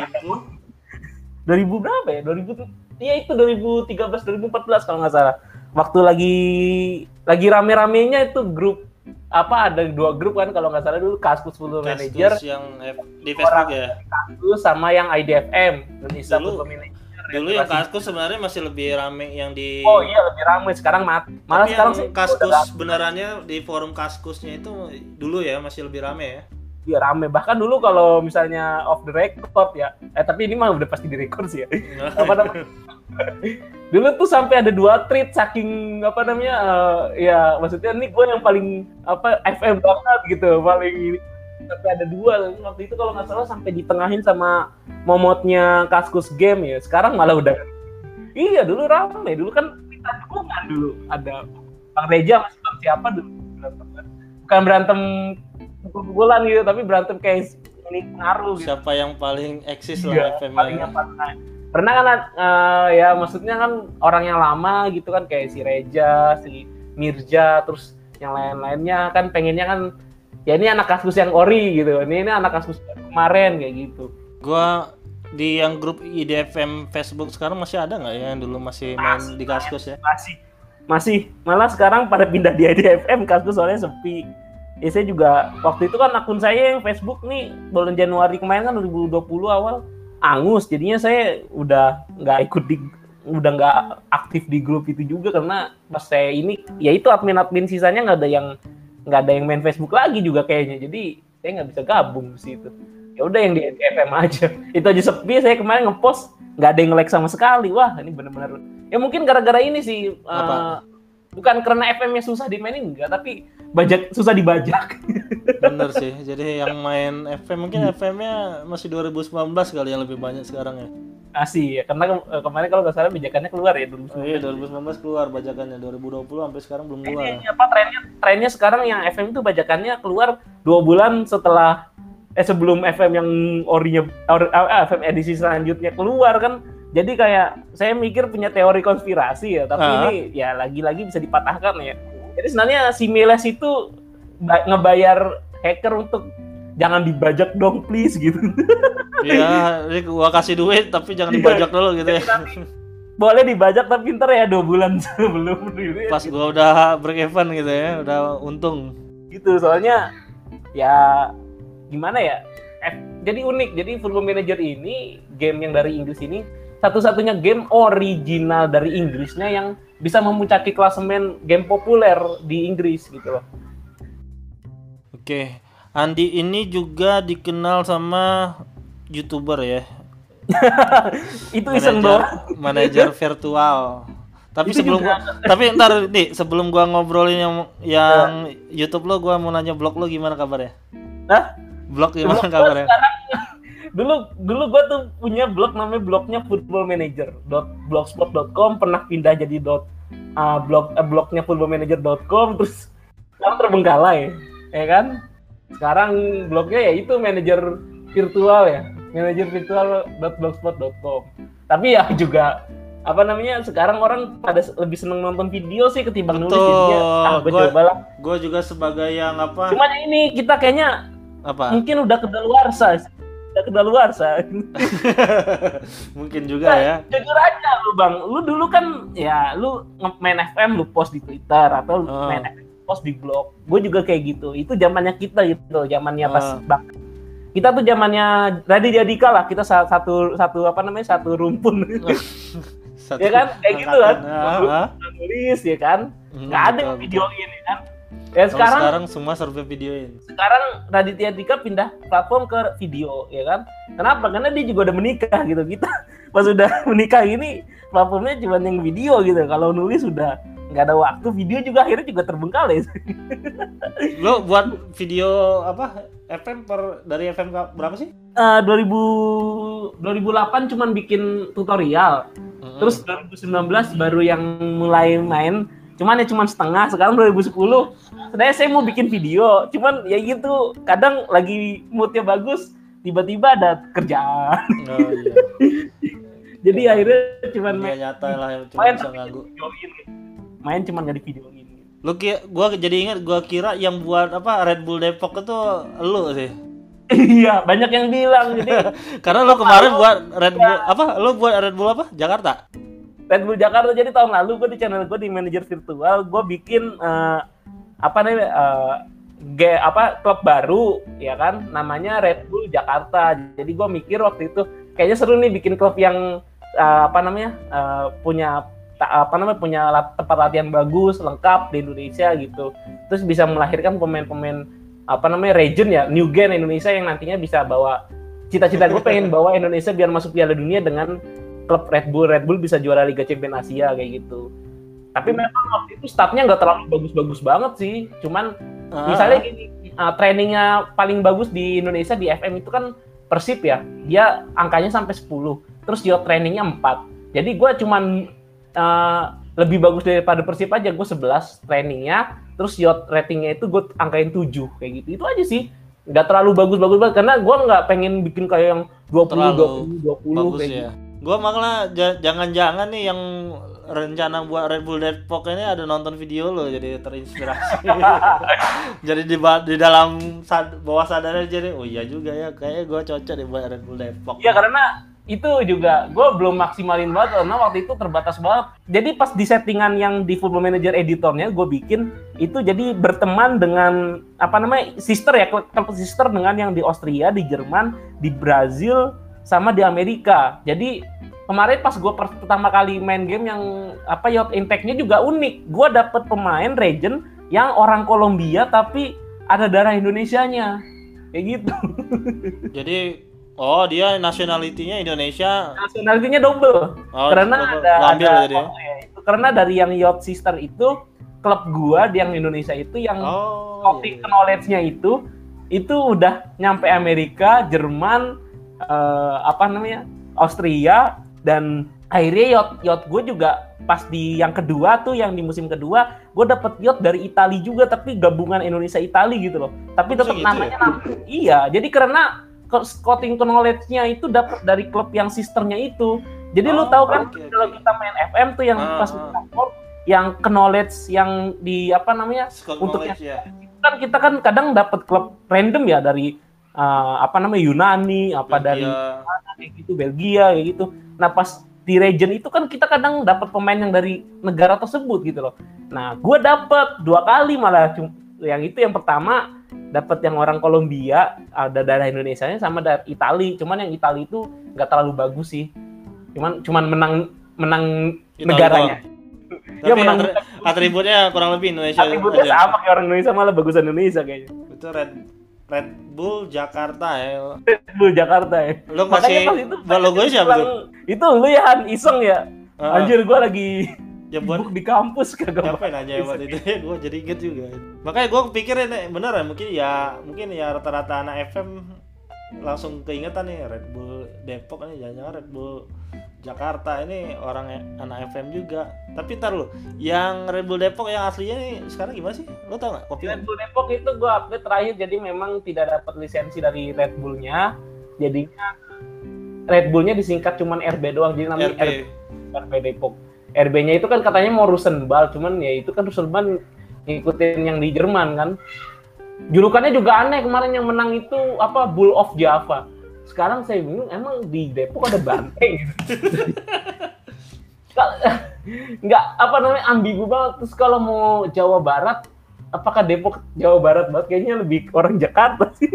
dua ribu berapa ya? dua ribu Iya itu dua ribu tiga belas dua ribu empat belas kalau nggak salah. Waktu lagi lagi rame-ramenya itu grup apa ada dua grup kan kalau nggak salah dulu Kaskus Football Manager yang di Facebook ya. Kaskus sama yang I D F M Indonesia Football Manager. Dulu yang Kaskus sebenarnya masih lebih rame yang di. Oh iya lebih rame sekarang mati. Malah tapi sekarang yang Kaskus benerannya di forum Kaskusnya itu dulu ya masih lebih rame ya. Iya rame, bahkan dulu kalau misalnya off the record ya, eh tapi ini mah udah pasti di record sih ya. Apa namanya? Dulu tuh sampai ada dua tweet saking apa namanya, uh, ya maksudnya nih gue yang paling apa F M banget gitu, paling ini. Sampai ada dua waktu itu kalau nggak salah sampai ditengahin sama momotnya Kaskus Game ya. Sekarang malah udah. Iya dulu rame, dulu kan kita dukungan dulu ada Bang Reja masih Bang siapa dulu berantem. Bukan berantem pukul-pukulan gitu, tapi berantem kayak ini pengaruh gitu. Siapa yang paling eksis Iya, lah F M paling ya. apa? Pernah kan uh, ya maksudnya kan orang yang lama gitu kan kayak si Reja, si Mirja, terus yang lain-lainnya kan pengennya kan ya ini anak Kaskus yang ori gitu. Ini ini anak Kaskus kemarin kayak gitu. Gua di yang grup I D F M Facebook sekarang masih ada nggak ya yang dulu masih main Masih, di Kaskus ya? Masih. Masih. Malah sekarang pada pindah di I D F M Kaskus soalnya sepi. Ya saya juga waktu itu kan akun saya yang Facebook nih bulan Januari kemarin kan dua ribu dua puluh awal angus, jadinya saya udah nggak ikut di udah nggak aktif di grup itu juga karena pas saya ini ya itu admin-admin sisanya nggak ada yang nggak ada yang main Facebook lagi juga kayaknya, jadi saya nggak bisa gabung di situ. Ya udah yang di F M aja itu aja sepi. Saya kemarin ngepost nggak ada yang like sama sekali. Wah ini benar-benar ya mungkin gara-gara ini sih uh, bukan karena F M-nya susah dimainin enggak, tapi bajak susah dibajak. Bener sih, jadi yang main F M mungkin F M-nya masih dua ribu sembilan belas kali yang lebih banyak sekarang ya. Asih ya, karena ke- kemarin kalau nggak salah bajakannya keluar ya dulu. Oh iya, dua ribu sembilan belas keluar bajakannya, dua ribu dua puluh sampai sekarang belum keluar. Ini apa trennya? Trennya sekarang yang F M itu bajakannya keluar dua bulan setelah eh sebelum F M yang orinya or, eh, F M edisi selanjutnya keluar kan. Jadi kayak saya mikir punya teori konspirasi ya, tapi Ah. ini ya lagi-lagi bisa dipatahkan ya. Jadi sebenarnya si Miles itu ba- ngebayar hacker untuk jangan dibajak dong please gitu. Iya, ini gua kasih duit tapi jangan dibajak dulu gitu ya. Boleh dibajak tapi ntar ya dua bulan sebelum rilis. Pas gua udah break even gitu ya, udah untung. Gitu soalnya ya gimana ya, F, jadi unik. Jadi Football Manager ini game yang dari Inggris ini satu-satunya game original dari Inggrisnya yang bisa memuncaki klasemen game populer di Inggris gitu loh. Oke, Andi ini juga dikenal sama YouTuber ya. Itu iseng doang. Manajer virtual. Tapi Itu sebelum juga. gua, tapi ntar nih sebelum gua ngobrolin yang yang YouTube lo, gua mau nanya blog lo gimana kabarnya? Hah? Blog gimana Blog gua kabarnya? sekarang dulu dulu gue tuh punya blog namanya blognya football manager dot blogspot dot com, pernah pindah jadi dot uh, blog uh, blognya football manager dot com, terus sekarang terbengkalai ya kan. Sekarang blognya ya itu manajer virtual ya, manajer virtual dot blogspot dot com. Tapi ya juga apa namanya, sekarang orang pada lebih seneng nonton video sih ketimbang nulis, jadinya ah, gue coba lah. Gue juga sebagai yang apa? Cuman ini kita kayaknya Apa? mungkin udah kedaluarsa, udah kedaluarsa. Mungkin juga Nah, ya. jujur aja lu bang, lu dulu kan ya lu main F M, lu post di Twitter atau lu Oh. main F M post di blog. Gue juga kayak gitu. Itu zamannya kita gitu, zamannya pas Oh. bang. Kita tuh zamannya Raditya Dika lah. Kita sa- satu satu apa namanya satu rumpun. Satu Ya kan kayak gitu kan. angkatan. Lu Ah, ah. nulis ya kan. Hmm, Nggak ada betul, yang betul. videoin ya kan. Ya Kalau sekarang sekarang semua serba videoin. sekarang Raditya Dika pindah platform ke video ya kan. Kenapa? Karena dia juga udah menikah gitu. Kita pas udah menikah ini platformnya cuma yang video gitu. Kalau nulis udah nggak ada waktu, video juga akhirnya juga terbengkalai. Lo buat video apa F M per dari F M ka- berapa sih? Uh, dua ribu dua ribu delapan cuman bikin tutorial. Mm-mm. Terus dua ribu sembilan belas baru yang mulai main. Cuman ya cuman setengah. Sekarang dua ribu sepuluh sebenarnya saya mau bikin video. Cuman ya gitu, kadang lagi moodnya bagus, tiba-tiba ada kerjaan. Oh iya. Jadi akhirnya cuman Dia main, nyata lah yang cuma main bisa tapi nganggu. videoin. Main cuman nggak di videoin. Lu kira, gua jadi ingat gua kira yang buat apa Red Bull Depok itu lu sih. Iya, banyak yang bilang. Jadi Karena lu kemarin buat Red Bull apa? Lu buat Red Bull apa? Jakarta. Red Bull Jakarta, jadi tahun lalu gue di channel gue di manajer virtual gue bikin uh, apa namanya uh, ge, apa klub baru ya kan, namanya Red Bull Jakarta. Jadi gue mikir waktu itu kayaknya seru nih bikin klub yang uh, apa namanya uh, punya ta, apa namanya punya lat, tempat latihan bagus lengkap di Indonesia gitu. Terus bisa melahirkan pemain-pemain apa namanya region ya, new gen Indonesia yang nantinya bisa bawa, cita-cita gue pengen bawa Indonesia biar masuk Piala Dunia dengan klub Red Bull. Red Bull bisa juara Liga Champions Asia kayak gitu. Tapi memang waktu itu staffnya nggak terlalu bagus-bagus banget sih. Cuman Ah. misalnya gini, uh, trainingnya paling bagus di Indonesia di F M itu kan Persib ya. Dia angkanya sampai sepuluh. Terus yacht trainingnya empat. Jadi gue cuman uh, lebih bagus daripada Persib aja. Gue sebelas trainingnya. Terus yacht ratingnya itu gue angkain tujuh kayak gitu. Itu aja sih. nggak terlalu bagus-bagus banget karena gue nggak pengen bikin kayak yang dua puluh Terlalu dua puluh dua puluh bagus kayak ya. gitu. Gua malah ja- jangan-jangan nih yang rencana buat Red Bull Depok ini ada nonton video lo jadi terinspirasi. Jadi di, ba- di dalam sad- bawah sadarnya jadi oh iya juga ya kayaknya gua cocok deh buat Red Bull Depok. Iya karena itu juga gue belum maksimalin banget karena waktu itu terbatas banget. Jadi pas di settingan yang di Football Manager editornya gue bikin itu jadi berteman dengan apa namanya sister ya klub sister dengan yang di Austria, di Jerman, di Brazil sama di Amerika. Jadi kemarin pas gue pertama kali main game yang apa Yacht Impact-nya juga unik. Gue dapet pemain Regent yang orang Kolombia tapi ada darah Indonesianya. Kayak gitu. Jadi oh dia nationality-nya Indonesia. Nationality-nya double. Oh, karena double. ada Ngambil ada jadi ya? oh, ya, itu karena dari yang Yacht Sister itu klub gua di yang Indonesia itu yang Oh, scouting iya. knowledge-nya itu itu udah nyampe Amerika, Jerman, eh, apa namanya? Austria dan akhirnya yacht yacht gue juga pas di yang kedua tuh yang di musim kedua gue dapet yacht dari Italia juga tapi gabungan Indonesia Italia gitu loh tapi Bisa tetap gitu namanya ya? nama- iya jadi karena ke- scouting knowledge-nya itu dapat dari klub yang sisternya itu jadi lu Oh, tahu kan oke, kalau oke. kita main F M tuh yang Ah, pas ah. kita sport yang knowledge yang di apa namanya Scott untuk knowledge ya. kan kita kan kadang dapat klub random ya dari uh, apa namanya Yunani apa dari Belgia. mana kayak gitu Belgia kayak gitu. Nah pas di region itu kan kita kadang dapat pemain yang dari negara tersebut gitu loh. Nah gue dapat dua kali malah cum- yang itu yang pertama dapat yang orang Kolombia ada darah Indonesianya sama dari Italia. Cuman yang Italia itu nggak terlalu bagus sih. Cuman cuman menang menang Italia negaranya. Tapi Ya, menang- atri- atributnya kurang lebih Indonesia Atributnya aja. sama kayak orang Indonesia malah bagusan Indonesia kayaknya. Itu Red Red Bull Jakarta ya. Lu Jakarta ya. Lu Makanya masih pas itu buat logonya siapa tuh? bilang, itu lu ya Han iseng ya. Ah. Anjir gua lagi Ya buat sibuk di kampus kagak. siapa yang nanya buat itu ya gue jadi inget juga. Makanya gue pikirin eh, bener ya mungkin ya mungkin ya rata-rata anak F M langsung keingetan nih Red Bull Depok nih jangan-jangan Red Bull Jakarta ini orang e- anak F M juga. Tapi ntar lu yang Red Bull Depok yang aslinya nih sekarang gimana sih? Lo tau nggak? Kopi Red Bull Depok itu gua update terakhir jadi memang tidak dapat lisensi dari Red Bull-nya. Jadinya Red Bull-nya disingkat cuman R B doang jadi namanya R B. R B, R B Depok. R B-nya itu kan katanya mau Rosenball cuman ya itu kan Rosenball ngikutin yang di Jerman kan. Julukannya juga aneh kemarin yang menang itu apa Bull of Java. Sekarang saya bingung emang di Depok ada banteng gitu. Nggak, nggak apa namanya ambigu banget. Terus kalau mau Jawa Barat, apakah Depok Jawa Barat banget? Kayaknya lebih orang Jakarta sih.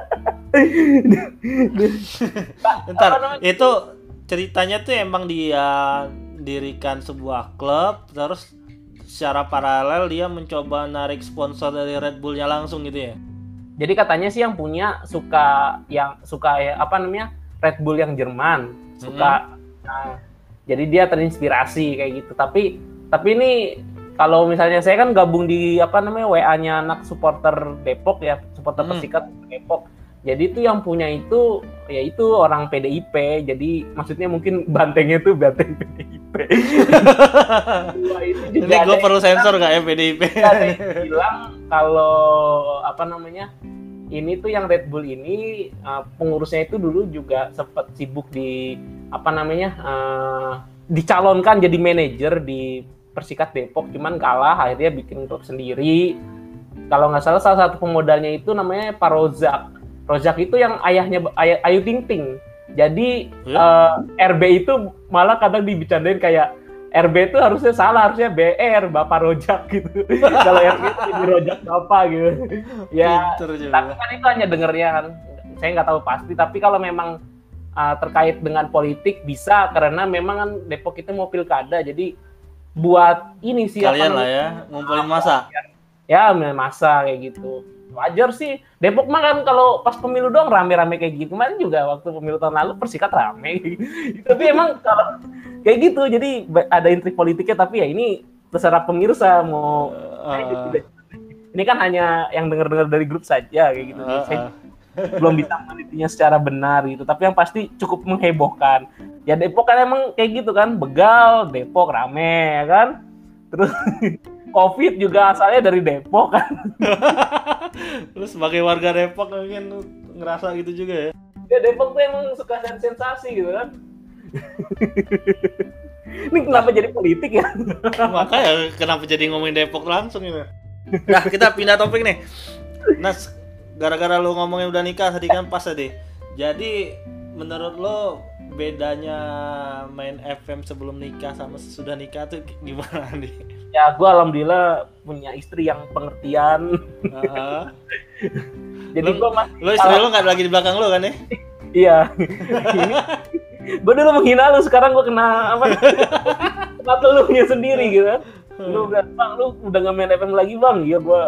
Ntar Apa namanya? itu ceritanya tuh emang dia dirikan sebuah klub terus secara paralel dia mencoba narik sponsor dari Red Bull-nya langsung gitu ya. Jadi katanya sih yang punya suka yang suka ya, apa namanya Red Bull yang Jerman suka. Nah, jadi dia terinspirasi kayak gitu. Tapi tapi ini kalau misalnya saya kan gabung di apa namanya W A-nya anak supporter Depok ya, supporter Hmm. Persikat Depok. Jadi itu yang punya itu ya itu orang P D I P. Jadi maksudnya mungkin bantengnya tuh banteng P D I P. Wah, itu juga Ini ada gue yang perlu sensor nggak ya P D I P? ada yang bilang kalau apa namanya ini tuh yang Red Bull ini uh, pengurusnya itu dulu juga sempat sibuk di apa namanya uh, dicalonkan jadi manajer di Persikat Depok cuman kalah akhirnya bikin klub sendiri. Kalau nggak salah salah satu pemodalnya itu namanya Pak Rozak. Rozak itu yang ayahnya ayah, Ayu Ting Ting. Jadi Ya. uh, R B itu malah kadang dibicarain kayak R B itu harusnya salah, harusnya B R, Bapak Rojak gitu. Kalau R B itu jadi Rojak Bapak gitu. Ya, Pinter juga. tapi kan itu hanya dengernya kan. Saya nggak tahu pasti, tapi kalau memang uh, terkait dengan politik bisa, karena memang kan Depok itu mau pilkada, jadi buat ini sih Kalian apa lah ya ngumpulin masa. ya masa kayak gitu. Wajar sih. Depok mah kan kalau pas pemilu doang rame-rame kayak gitu. Kemarin juga waktu pemilu tahun lalu Persikat rame. Tapi emang kalau kayak gitu jadi ada intrik politiknya tapi ya ini terserah pemirsa mau Uh, ini kan hanya yang dengar-dengar dari grup saja kayak gitu. uh, Saya uh. belum bisa menelitinya secara benar gitu. Tapi yang pasti cukup menghebohkan. Ya Depok kan emang kayak gitu kan, begal, Depok rame ya kan. Terus COVID juga asalnya dari Depok kan. Lu sebagai warga Depok mungkin lu ngerasa gitu juga ya? Ya Depok tuh emang suka sensasi gitu kan. Ini kenapa jadi politik ya? Makanya kenapa jadi ngomongin Depok langsung ini? Nah kita pindah topik nih. Nah gara-gara lu ngomongin udah nikah tadi kan pas tadi. Jadi menurut lo bedanya main F M sebelum nikah sama sesudah nikah tuh gimana nih? Ya gue alhamdulillah punya istri yang pengertian. Uh-huh. Jadi gue masih. Lo istri lo nggak lagi di belakang lo kan ya? Iya. Gue dulu menghina lu, sekarang gue kena apa? Kena teluhnya sendiri gitu kan. Lu udah bang, lu udah nggak main F M lagi bang? Iya gue.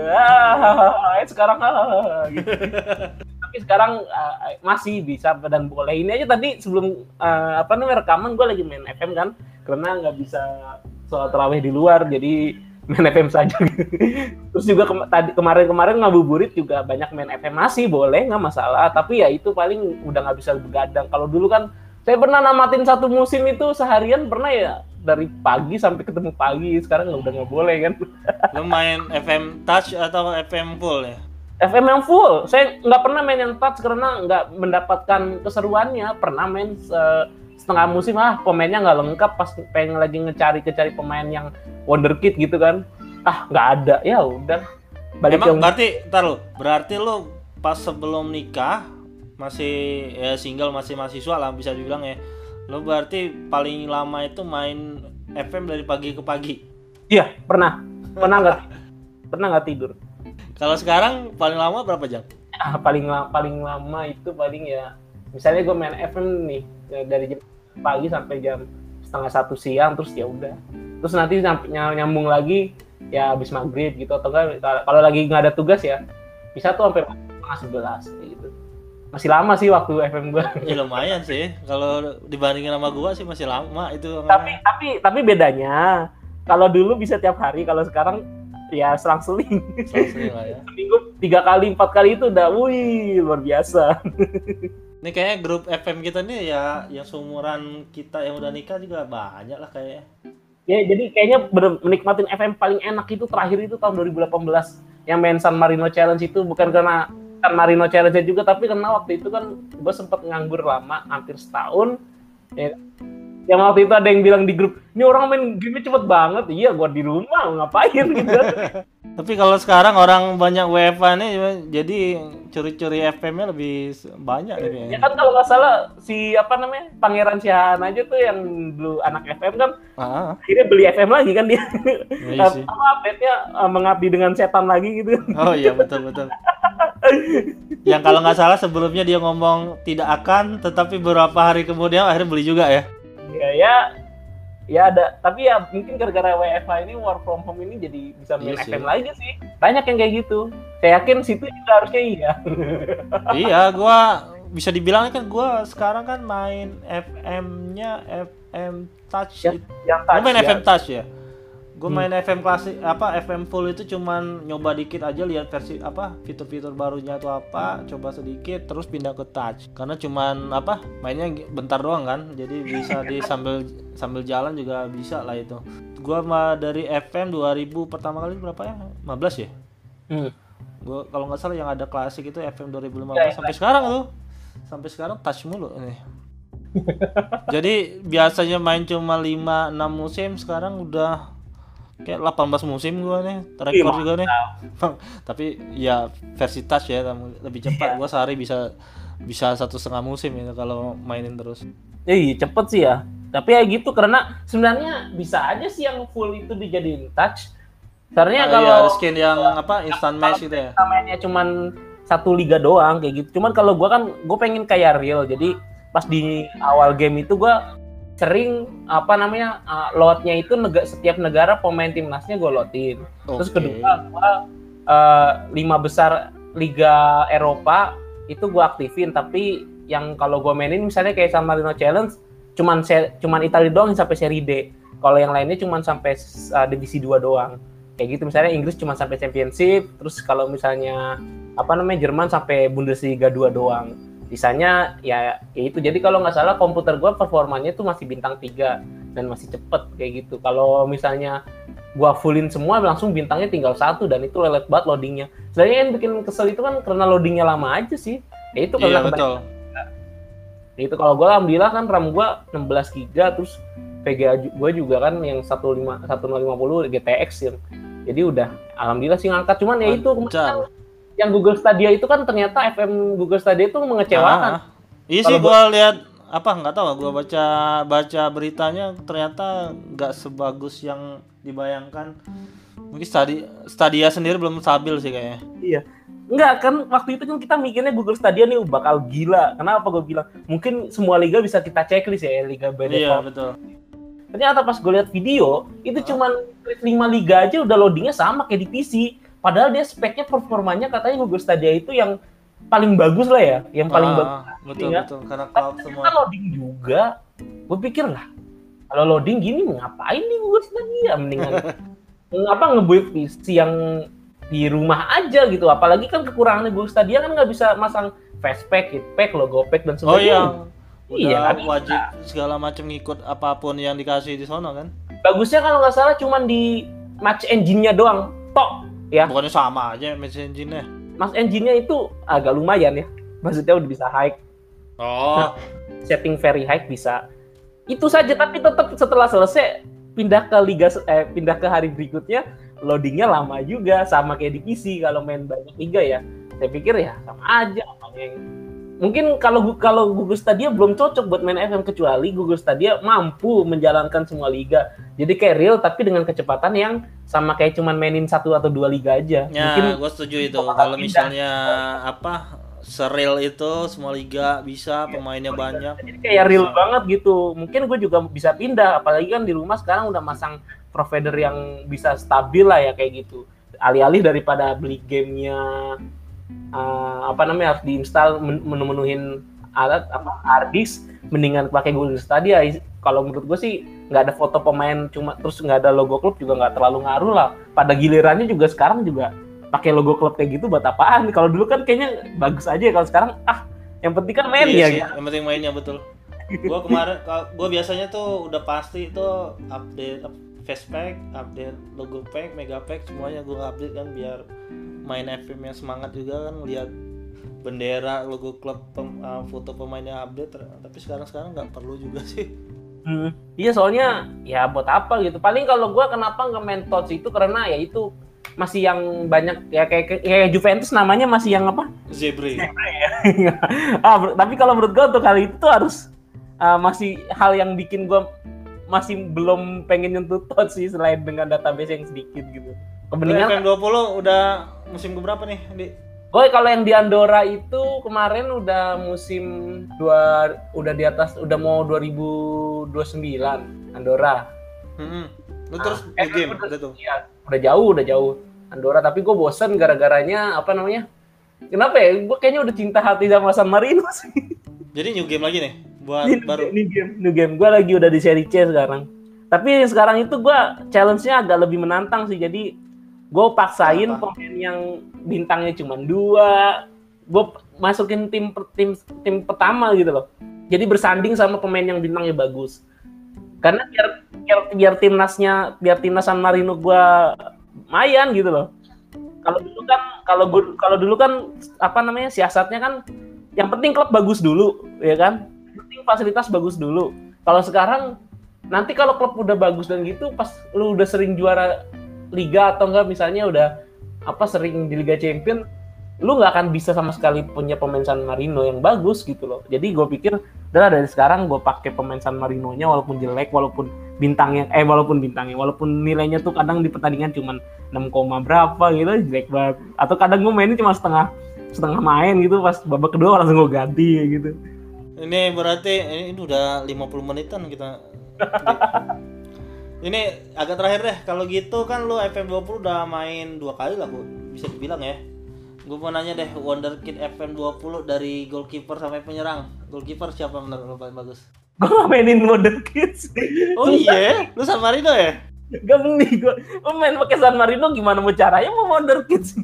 Ah, sekarang ah, gitu. Tapi sekarang uh, masih bisa dan boleh. Ini aja tadi sebelum uh, apa namanya rekaman gue lagi main F M kan, karena nggak bisa sholat tarawih di luar, jadi main F M saja. Terus juga ke- tadi kemarin-kemarin ngabuburit juga banyak main F M, masih boleh nggak masalah. Tapi ya itu paling udah nggak bisa begadang. Kalau dulu kan saya pernah namatin satu musim itu seharian pernah ya, dari pagi sampai ketemu pagi. Sekarang udah nggak boleh kan. Lo main F M touch atau F M full ya? F M yang full. Saya nggak pernah main yang touch karena nggak mendapatkan keseruannya. Pernah main uh, setengah musim, ah pemainnya nggak lengkap, pas pengen lagi ngecari-ngecari pemain yang wonderkid gitu kan, ah nggak ada, ya udah balik. Emang ke... berarti ntar lo berarti lo pas sebelum nikah masih ya single, masih mahasiswa lah bisa dibilang ya, lo berarti paling lama itu main F M dari pagi ke pagi? Iya pernah pernah nggak pernah nggak tidur. Kalau sekarang paling lama berapa jam? Ah, paling lama paling lama itu paling ya misalnya gue main F M nih dari jam pagi sampai jam setengah satu siang, terus ya udah, terus nanti nyambung lagi ya habis maghrib gitu, atau enggak kalau lagi nggak ada tugas ya bisa tuh sampai setengah sebelas gitu. Masih lama sih waktu F M gue. Ya lumayan sih, kalau dibandingin sama gua sih masih lama itu. Tapi tapi tapi bedanya kalau dulu bisa tiap hari, kalau sekarang ya selang-seling. Selang-seling lah ya. Seminggu tiga kali empat kali itu udah, wih luar biasa. Ini kayaknya grup F M kita nih ya, yang seumuran kita yang udah nikah juga banyak lah kayaknya. Ya jadi kayaknya bener menikmatin F M paling enak itu terakhir itu tahun dua ribu delapan belas yang main San Marino Challenge itu, bukan karena San Marino Challenge juga, tapi karena waktu itu kan gue sempet nganggur lama hampir setahun ya. Yang waktu itu ada yang bilang di grup, ini orang main game cepet banget. Iya, gue di rumah ngapain gitu. Tapi kalau sekarang orang banyak W F H nih, jadi curi-curi F M-nya lebih banyak nih. Ya kan kalau nggak salah si apa namanya Pangeran Siahaan aja tuh yang dulu anak F M kan, ah. akhirnya beli F M lagi kan dia. Ya, apa update-nya uh, mengabdi dengan setan lagi gitu. Oh iya betul betul. Yang kalau nggak salah sebelumnya dia ngomong tidak akan, tetapi beberapa hari kemudian akhirnya beli juga ya. Ya, ya, ya ada. Tapi ya mungkin gara-gara W F H ini, work from home ini, jadi bisa main yes, F M ya. Lagi sih. Banyak yang kayak gitu. Saya yakin situ juga harusnya iya. Iya, gua bisa dibilang kan gua sekarang kan main F M-nya F M Touch. Ya, yang touch, main ya. F M Touch ya. Gue main hmm. F M klasik apa F M full itu cuman nyoba dikit aja, lihat versi apa fitur-fitur barunya atau apa, coba sedikit terus pindah ke touch karena cuman apa mainnya bentar doang kan, jadi bisa di sambil sambil jalan juga bisa lah itu. Gue mah dari F M dua ribu pertama kali berapa ya, lima belas ya. Hmm. Gue kalau nggak salah yang ada klasik itu F M dua ribu lima belas ya, sampai ya. Sekarang tuh sampai sekarang touch mulu nih. Jadi biasanya main cuma lima enam musim, sekarang udah kayak delapan belas musim gue nih, rekor juga nih. Tapi ya versi touch ya, lebih cepat. Gue sehari bisa bisa satu setengah musim ya kalau mainin terus. Iya cepet sih ya. Tapi ya gitu, karena sebenarnya bisa aja sih yang full itu dijadiin touch. Sebenarnya uh, kalau ya, skin yang apa instant match gitu ya. Namanya cuman satu liga doang kayak gitu. Cuman kalau gue kan gue pengen kayak real. Jadi pas di awal game itu gue sering apa namanya uh, loadnya itu neg- setiap negara pemain timnasnya gue loadin. Okay. Terus kedua gue uh, lima besar Liga Eropa itu gue aktifin, tapi yang kalau gue mainin misalnya kayak San Marino Challenge cuman se- cuman Italia doang yang sampai seri D. Kalau yang lainnya cuman sampai uh, divisi dua doang. Kayak gitu, misalnya Inggris cuma sampai Championship, terus kalau misalnya apa namanya Jerman sampai Bundesliga dua doang. Sisanya ya, ya itu. Jadi kalau nggak salah komputer gue performanya tuh masih bintang tiga. dan masih cepet kayak gitu. Kalau misalnya gua fullin semua langsung bintangnya tinggal satu dan itu lelet banget loadingnya. Sebenarnya yang bikin kesel itu kan karena loadingnya lama aja sih. Ya itu karena iya, betul. Ya itu kalau gua alhamdulillah kan RAM gua enam belas giga terus V G A gua juga kan yang seratus lima puluh G T X yang jadi udah alhamdulillah sih ngangkat. Cuman ya itu kemarin yang Google Stadia itu kan ternyata F M Google Stadia itu mengecewakan. Ah, iya sih gua lihat apa nggak tahu gua baca baca beritanya ternyata nggak sebagus yang dibayangkan. Mungkin Stadia, Stadia sendiri belum stabil sih kayaknya. Iya. Enggak kan waktu itu kan kita mikirnya Google Stadia nih bakal gila. Kenapa gue bilang? Mungkin semua liga bisa kita checklist ya, liga B D F. Iya, betul. Ternyata pas gue lihat video, itu cuman lima liga aja udah loadingnya sama kayak di P C. Padahal dia speknya performanya katanya Google Stadia itu yang paling bagus lah ya, yang paling ah, bagus. Betul, ya. betul. Karena cloud semua. Kita loading juga. Gue pikir lah, kalau loading gini ngapain nih Google Stadia? Mendingan ngapa ngebuild P C yang di rumah aja gitu. Apalagi kan kekurangannya Google Stadia kan nggak bisa masang Fastpack, Hitpack, Logo Pack dan sebagainya. Oh iya. Udah iya, wajib bisa. Segala macam ngikut apapun yang dikasih di sono kan. Bagusnya kalau nggak salah cuman di match engine-nya doang, tok ya. Bukannya sama aja match engine-nya. Match engine-nya itu agak lumayan ya. Maksudnya udah bisa high. Oh, Setting very high bisa. Itu saja tapi tetap setelah selesai pindah ke liga eh, pindah ke hari berikutnya loadingnya lama juga sama kayak di P C kalau main banyak liga ya. Saya pikir ya sama aja apa yang mungkin kalau kalau Google Stadia belum cocok buat main F M kecuali Google Stadia mampu menjalankan semua liga. Jadi kayak real tapi dengan kecepatan yang sama kayak cuman mainin satu atau dua liga aja. Ya, mungkin gue setuju itu. Kalau misalnya apa seril itu semua liga bisa pemainnya banyak. Jadi kayak real banget gitu. Mungkin gue juga bisa pindah apalagi kan di rumah sekarang udah masang provider yang bisa stabil lah ya kayak gitu. Alih-alih daripada beli gamenya Uh, apa namanya harus diinstal menu-menuhin alat apa hard disk mendingan pakai Google Stadia. Kalau menurut gue sih nggak ada foto pemain cuma terus nggak ada logo klub juga nggak terlalu ngaruh lah. Pada gilirannya juga sekarang juga pakai logo klub kayak gitu buat apaan? Kalau dulu kan kayaknya bagus aja kalau sekarang ah yang penting kan main iya ya. Sih, yang penting mainnya betul. Gue kemarin gue biasanya tuh udah pasti itu update Fastpack, update logo pack, mega pack semuanya gue update kan biar main F M yang semangat juga kan lihat bendera logo klub pem, uh, foto pemainnya update tapi sekarang-sekarang nggak perlu juga sih. Hmm. Iya soalnya ya buat apa gitu. Paling kalau gue kenapa nggak main Touch itu karena ya itu masih yang banyak ya kayak kayak Juventus namanya masih yang apa? Zebre. Ya. ah, ber- tapi kalau menurut gue untuk kali itu tuh harus uh, masih hal yang bikin gue masih belum pengen nyentuh Touch sih selain dengan database yang sedikit gitu. Kebeningan F M dua puluh udah musim keberapa nih, Di? Oh, kalau yang di Andorra itu kemarin udah musim dua udah di atas udah mau dua ribu dua puluh sembilan Andorra. Heeh. Lu terus ah, di game udah, udah tuh. Iya, udah jauh, udah jauh Andorra tapi gue bosen gara-garanya apa namanya? Kenapa ya? Gue kayaknya udah cinta hati sama San Marino sih. Jadi new game lagi nih buat New, baru. New game, new game. Gue lagi udah di seri C sekarang. Tapi sekarang itu gue challenge-nya agak lebih menantang sih. Jadi gue paksain apa? Pemain yang bintangnya cuma dua, gue masukin tim tim tim pertama gitu loh. Jadi bersanding sama pemain yang bintangnya bagus. Karena biar biar, biar timnasnya, biar timnas San Marino gue mayan gitu loh. Kalau dulu kan kalau gue kalau dulu kan apa namanya siasatnya kan yang penting klub bagus dulu, ya kan? Yang penting fasilitas bagus dulu. Kalau sekarang nanti kalau klub udah bagus dan gitu pas lu udah sering juara liga atau enggak misalnya udah apa sering di Liga Champion lu nggak akan bisa sama sekali punya pemain San Marino yang bagus gitu loh. Jadi gue pikir udah dari sekarang gue pakai pemain San Marino-nya walaupun jelek, walaupun bintangnya eh walaupun bintangnya walaupun nilainya tuh kadang di pertandingan cuma enam, berapa gitu jelek banget. Atau kadang gue mainnya cuma setengah setengah main gitu pas babak kedua langsung gue ganti gitu. Ini berarti ini udah lima puluh menitan kita. Ini agak terakhir deh, kalau gitu kan lu F M dua puluh udah main dua kali lah Bu, bisa dibilang ya. Gue mau nanya deh, wonderkid F M dua puluh dari goalkeeper sampai penyerang. Goalkeeper siapa menurut lu paling bagus? Gue gak mainin wonderkid sih. Oh iya? Lu San Marino ya? Gak beli gue. Gue main pakai San Marino gimana mau caranya mau wonderkid sih.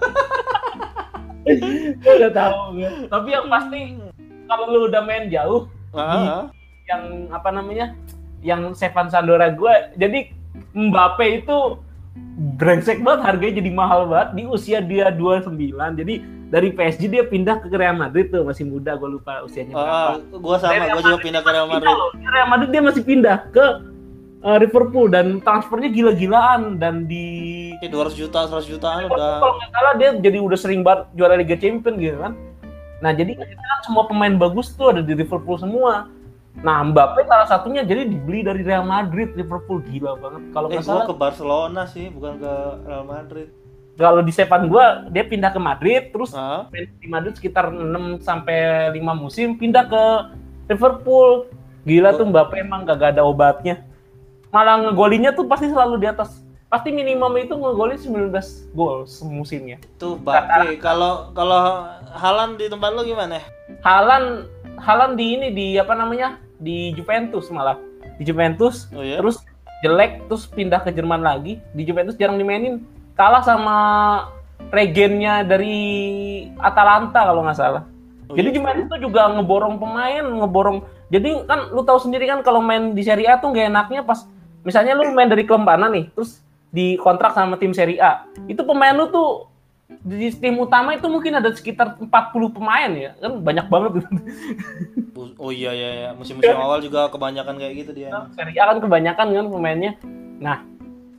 Gue gak tahu. Tapi yang pasti kalau lu udah main jauh, ah. yang apa namanya? yang Sevan Sandora gue. Jadi Mbappe itu brengsek banget, harganya jadi mahal banget di usia dia dua puluh sembilan. Jadi dari P S G dia pindah ke Real Madrid tuh, masih muda, gue lupa usianya berapa. Uh, gue sama, gue juga pindah ke Real Madrid. Pindah, Real Madrid dia masih pindah ke uh, Liverpool dan transfernya gila-gilaan dan di eh, dua ratus juta, seratus jutaan udah. Kalau nggak salah dia jadi udah sering banget juara Liga Champions gitu kan. Nah jadi kan semua pemain bagus tuh ada di Liverpool semua. Nah Mbappe salah satunya jadi dibeli dari Real Madrid. Liverpool gila banget. Kalau nggak eh, salah ke Barcelona sih, bukan ke Real Madrid. Kalau di Sepan gua dia pindah ke Madrid, terus huh? di Madrid sekitar enam sampai lima musim, pindah ke Liverpool. Gila oh. tuh Mbappe emang gak ada obatnya. Malah ngegolinya tuh pasti selalu di atas. Pasti minimum itu ngegolin sembilan belas gol semusimnya. Tuh Mbappe. Kalau kalau Haaland di tempat lu gimana? Haaland Haaland di ini di apa namanya? Di Juventus malah. Di Juventus oh, iya? Terus jelek, terus pindah ke Jerman lagi. Di Juventus jarang dimainin. Kalah sama regennya dari Atalanta kalau nggak salah. Oh, jadi iya? Juventus itu juga ngeborong pemain, ngeborong. Jadi kan lu tahu sendiri kan kalau main di Serie A tuh nggak enaknya pas misalnya lu main dari klub mana nih, terus dikontrak sama tim Serie A. Itu pemain lu tuh di tim utama itu mungkin ada sekitar empat puluh pemain ya. Kan banyak banget. Oh iya iya iya, musim-musim awal juga kebanyakan kayak gitu dia. Nah, Serie A kan kebanyakan kan pemainnya. Nah,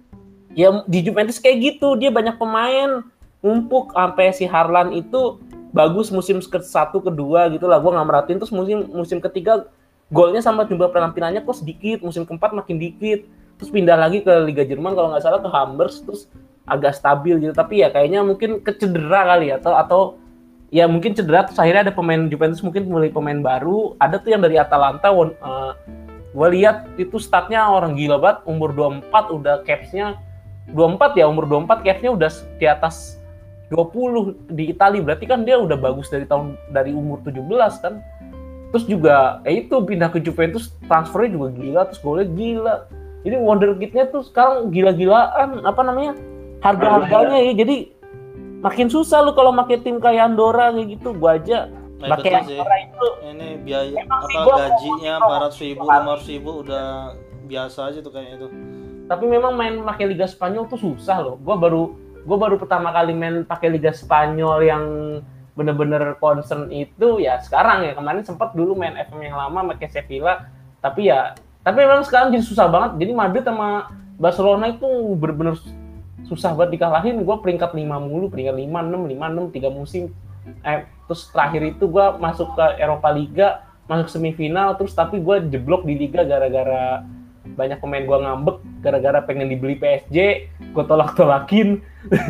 ya di Juventus kayak gitu, dia banyak pemain numpuk sampai si Haaland itu bagus musim ke satu kedua gitu lah, gue nggak merhatiin. Terus musim musim ketiga golnya sama jumlah penampilannya kok sedikit, musim keempat makin dikit, terus pindah lagi ke Liga Jerman kalau nggak salah ke Hamburg, terus agak stabil gitu. Tapi ya kayaknya mungkin kecedera kali ya, atau atau ya mungkin cedera, terus akhirnya ada pemain Juventus mungkin mulai pemain baru, ada tuh yang dari Atalanta. Uh, gue lihat itu statnya orang gila banget, umur dua puluh empat udah capsnya dua puluh empat ya, umur dua puluh empat capsnya udah di atas dua puluh di Italia, berarti kan dia udah bagus dari tahun dari umur tujuh belas kan. Terus juga eh itu pindah ke Juventus, transfernya juga gila, terus golnya gila. Jadi wonderkidnya tuh sekarang gila-gilaan, apa namanya, harga-harganya ya. Jadi makin susah lu kalau pakai tim kayak Andorra kayak gitu. Gua aja nah, pakai Andorra itu ini biaya apa gajinya empat ratus ribu, lima ratus ribu udah biasa aja tuh kayaknya itu. Tapi memang main pakai Liga Spanyol tuh susah loh. Gua baru gua baru pertama kali main pakai Liga Spanyol yang bener-bener concern itu ya sekarang ya. Kemarin sempat dulu main F M yang lama pakai Sevilla, tapi ya tapi memang sekarang jadi susah banget. Jadi Madrid sama Barcelona itu bener-bener susah banget dikalahin. Gue peringkat lima mulu, peringkat lima, enam, lima, enam, tiga musim. Eh, terus terakhir itu gue masuk ke Eropa Liga, masuk semifinal, terus tapi gue jeblok di Liga gara-gara banyak pemain gue ngambek, gara-gara pengen dibeli P S G, gue tolak-tolakin,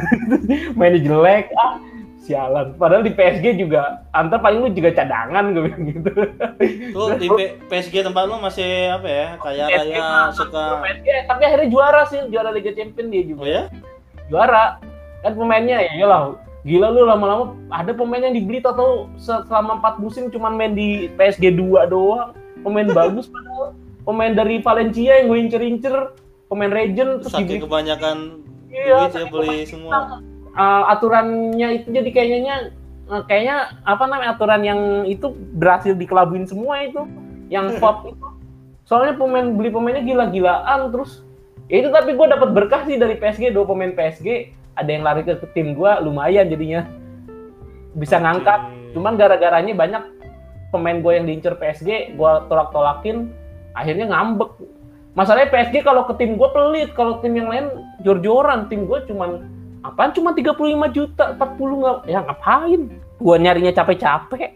mainnya jelek, ah sialan. Padahal di P S G juga, antar paling lu juga cadangan gue bilang gitu. Tuh di P- PSG tempat lu masih apa ya, kayak raya suka. P S G, tapi akhirnya juara sih, juara Liga Champions dia juga. Oh ya? Juara. Kan pemainnya ya iyalah. Gila lu lama-lama ada pemain yang dibeli atau selama empat musim cuman main di P S G dua doang. Pemain bagus padahal. Pemain dari Valencia yang gue incer-incer, pemain Regen terus saking dibeli. Kebanyakan iya, duit ya beli semua. Uh, aturannya itu jadi kayaknya uh, kayaknya apa namanya aturan yang itu berhasil dikelabuin semua itu yang top itu. Soalnya pemain beli pemainnya gila-gilaan terus. Ya itu tapi gue dapat berkah sih dari P S G, dua pemain P S G ada yang lari ke, ke tim gue lumayan jadinya bisa okay. ngangkat. Cuman gara-garanya banyak pemain gue yang diincer P S G, gue tolak-tolakin, akhirnya ngambek. Masalahnya P S G kalau ke tim gue pelit, kalau tim yang lain jor-joran. Tim gue cuman apaan cuma tiga puluh lima juta, empat puluh nggak, ya ngapain? Gue nyarinya capek-capek.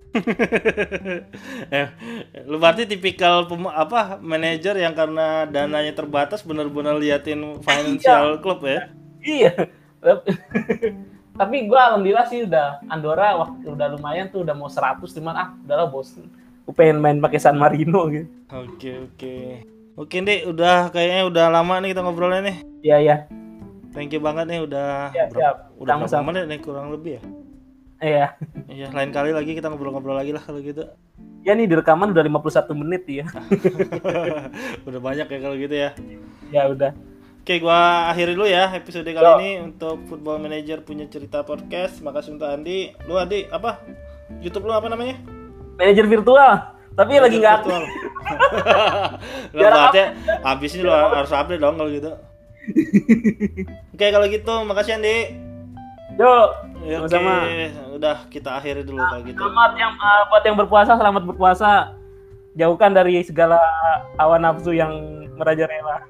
eh, lu berarti tipikal pem- apa manajer yang karena dananya terbatas benar-benar liatin financial club ya? Iya. Tapi gue alhamdulillah sih udah Andorra waktu udah lumayan tuh udah mau seratus cuman ah udahlah bosen. Gue pengen main pakai San Marino gitu. Oke oke. Oke Dik, udah kayaknya udah lama nih kita ngobrolnya nih. Iya iya. Thank you banget nih udah ya, berapa, siap. udah Sama-sama. berapa menit nih kurang lebih ya? Iya. Iya, lain kali lagi kita ngobrol-ngobrol lagi lah kalau gitu. Ya nih di rekaman udah lima puluh satu menit ya. Udah banyak ya kalau gitu ya. Ya udah. Oke, gua akhiri dulu ya episode kali Yo. ini untuk Football Manager punya cerita podcast. Makasih untuk Andi. Lu Andi apa? YouTube lu apa namanya? Manajer virtual. Tapi manager lagi enggak aktif. Lo berarti habis ini lo harus update dong kalau gitu. Oke kalau gitu makasih Andi. Yuk, Ya, oke, sama-sama. Udah kita akhiri dulu kalau gitu. Selamat yang uh, buat yang berpuasa, selamat berpuasa. Jauhkan dari segala hawa nafsu yang merajalela.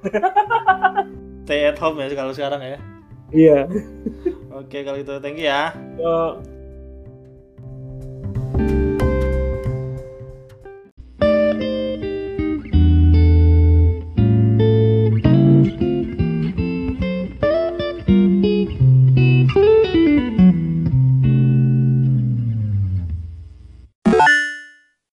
Stay at home ya kalau sekarang ya. Iya. Oke kalau gitu thank you ya. Yuk.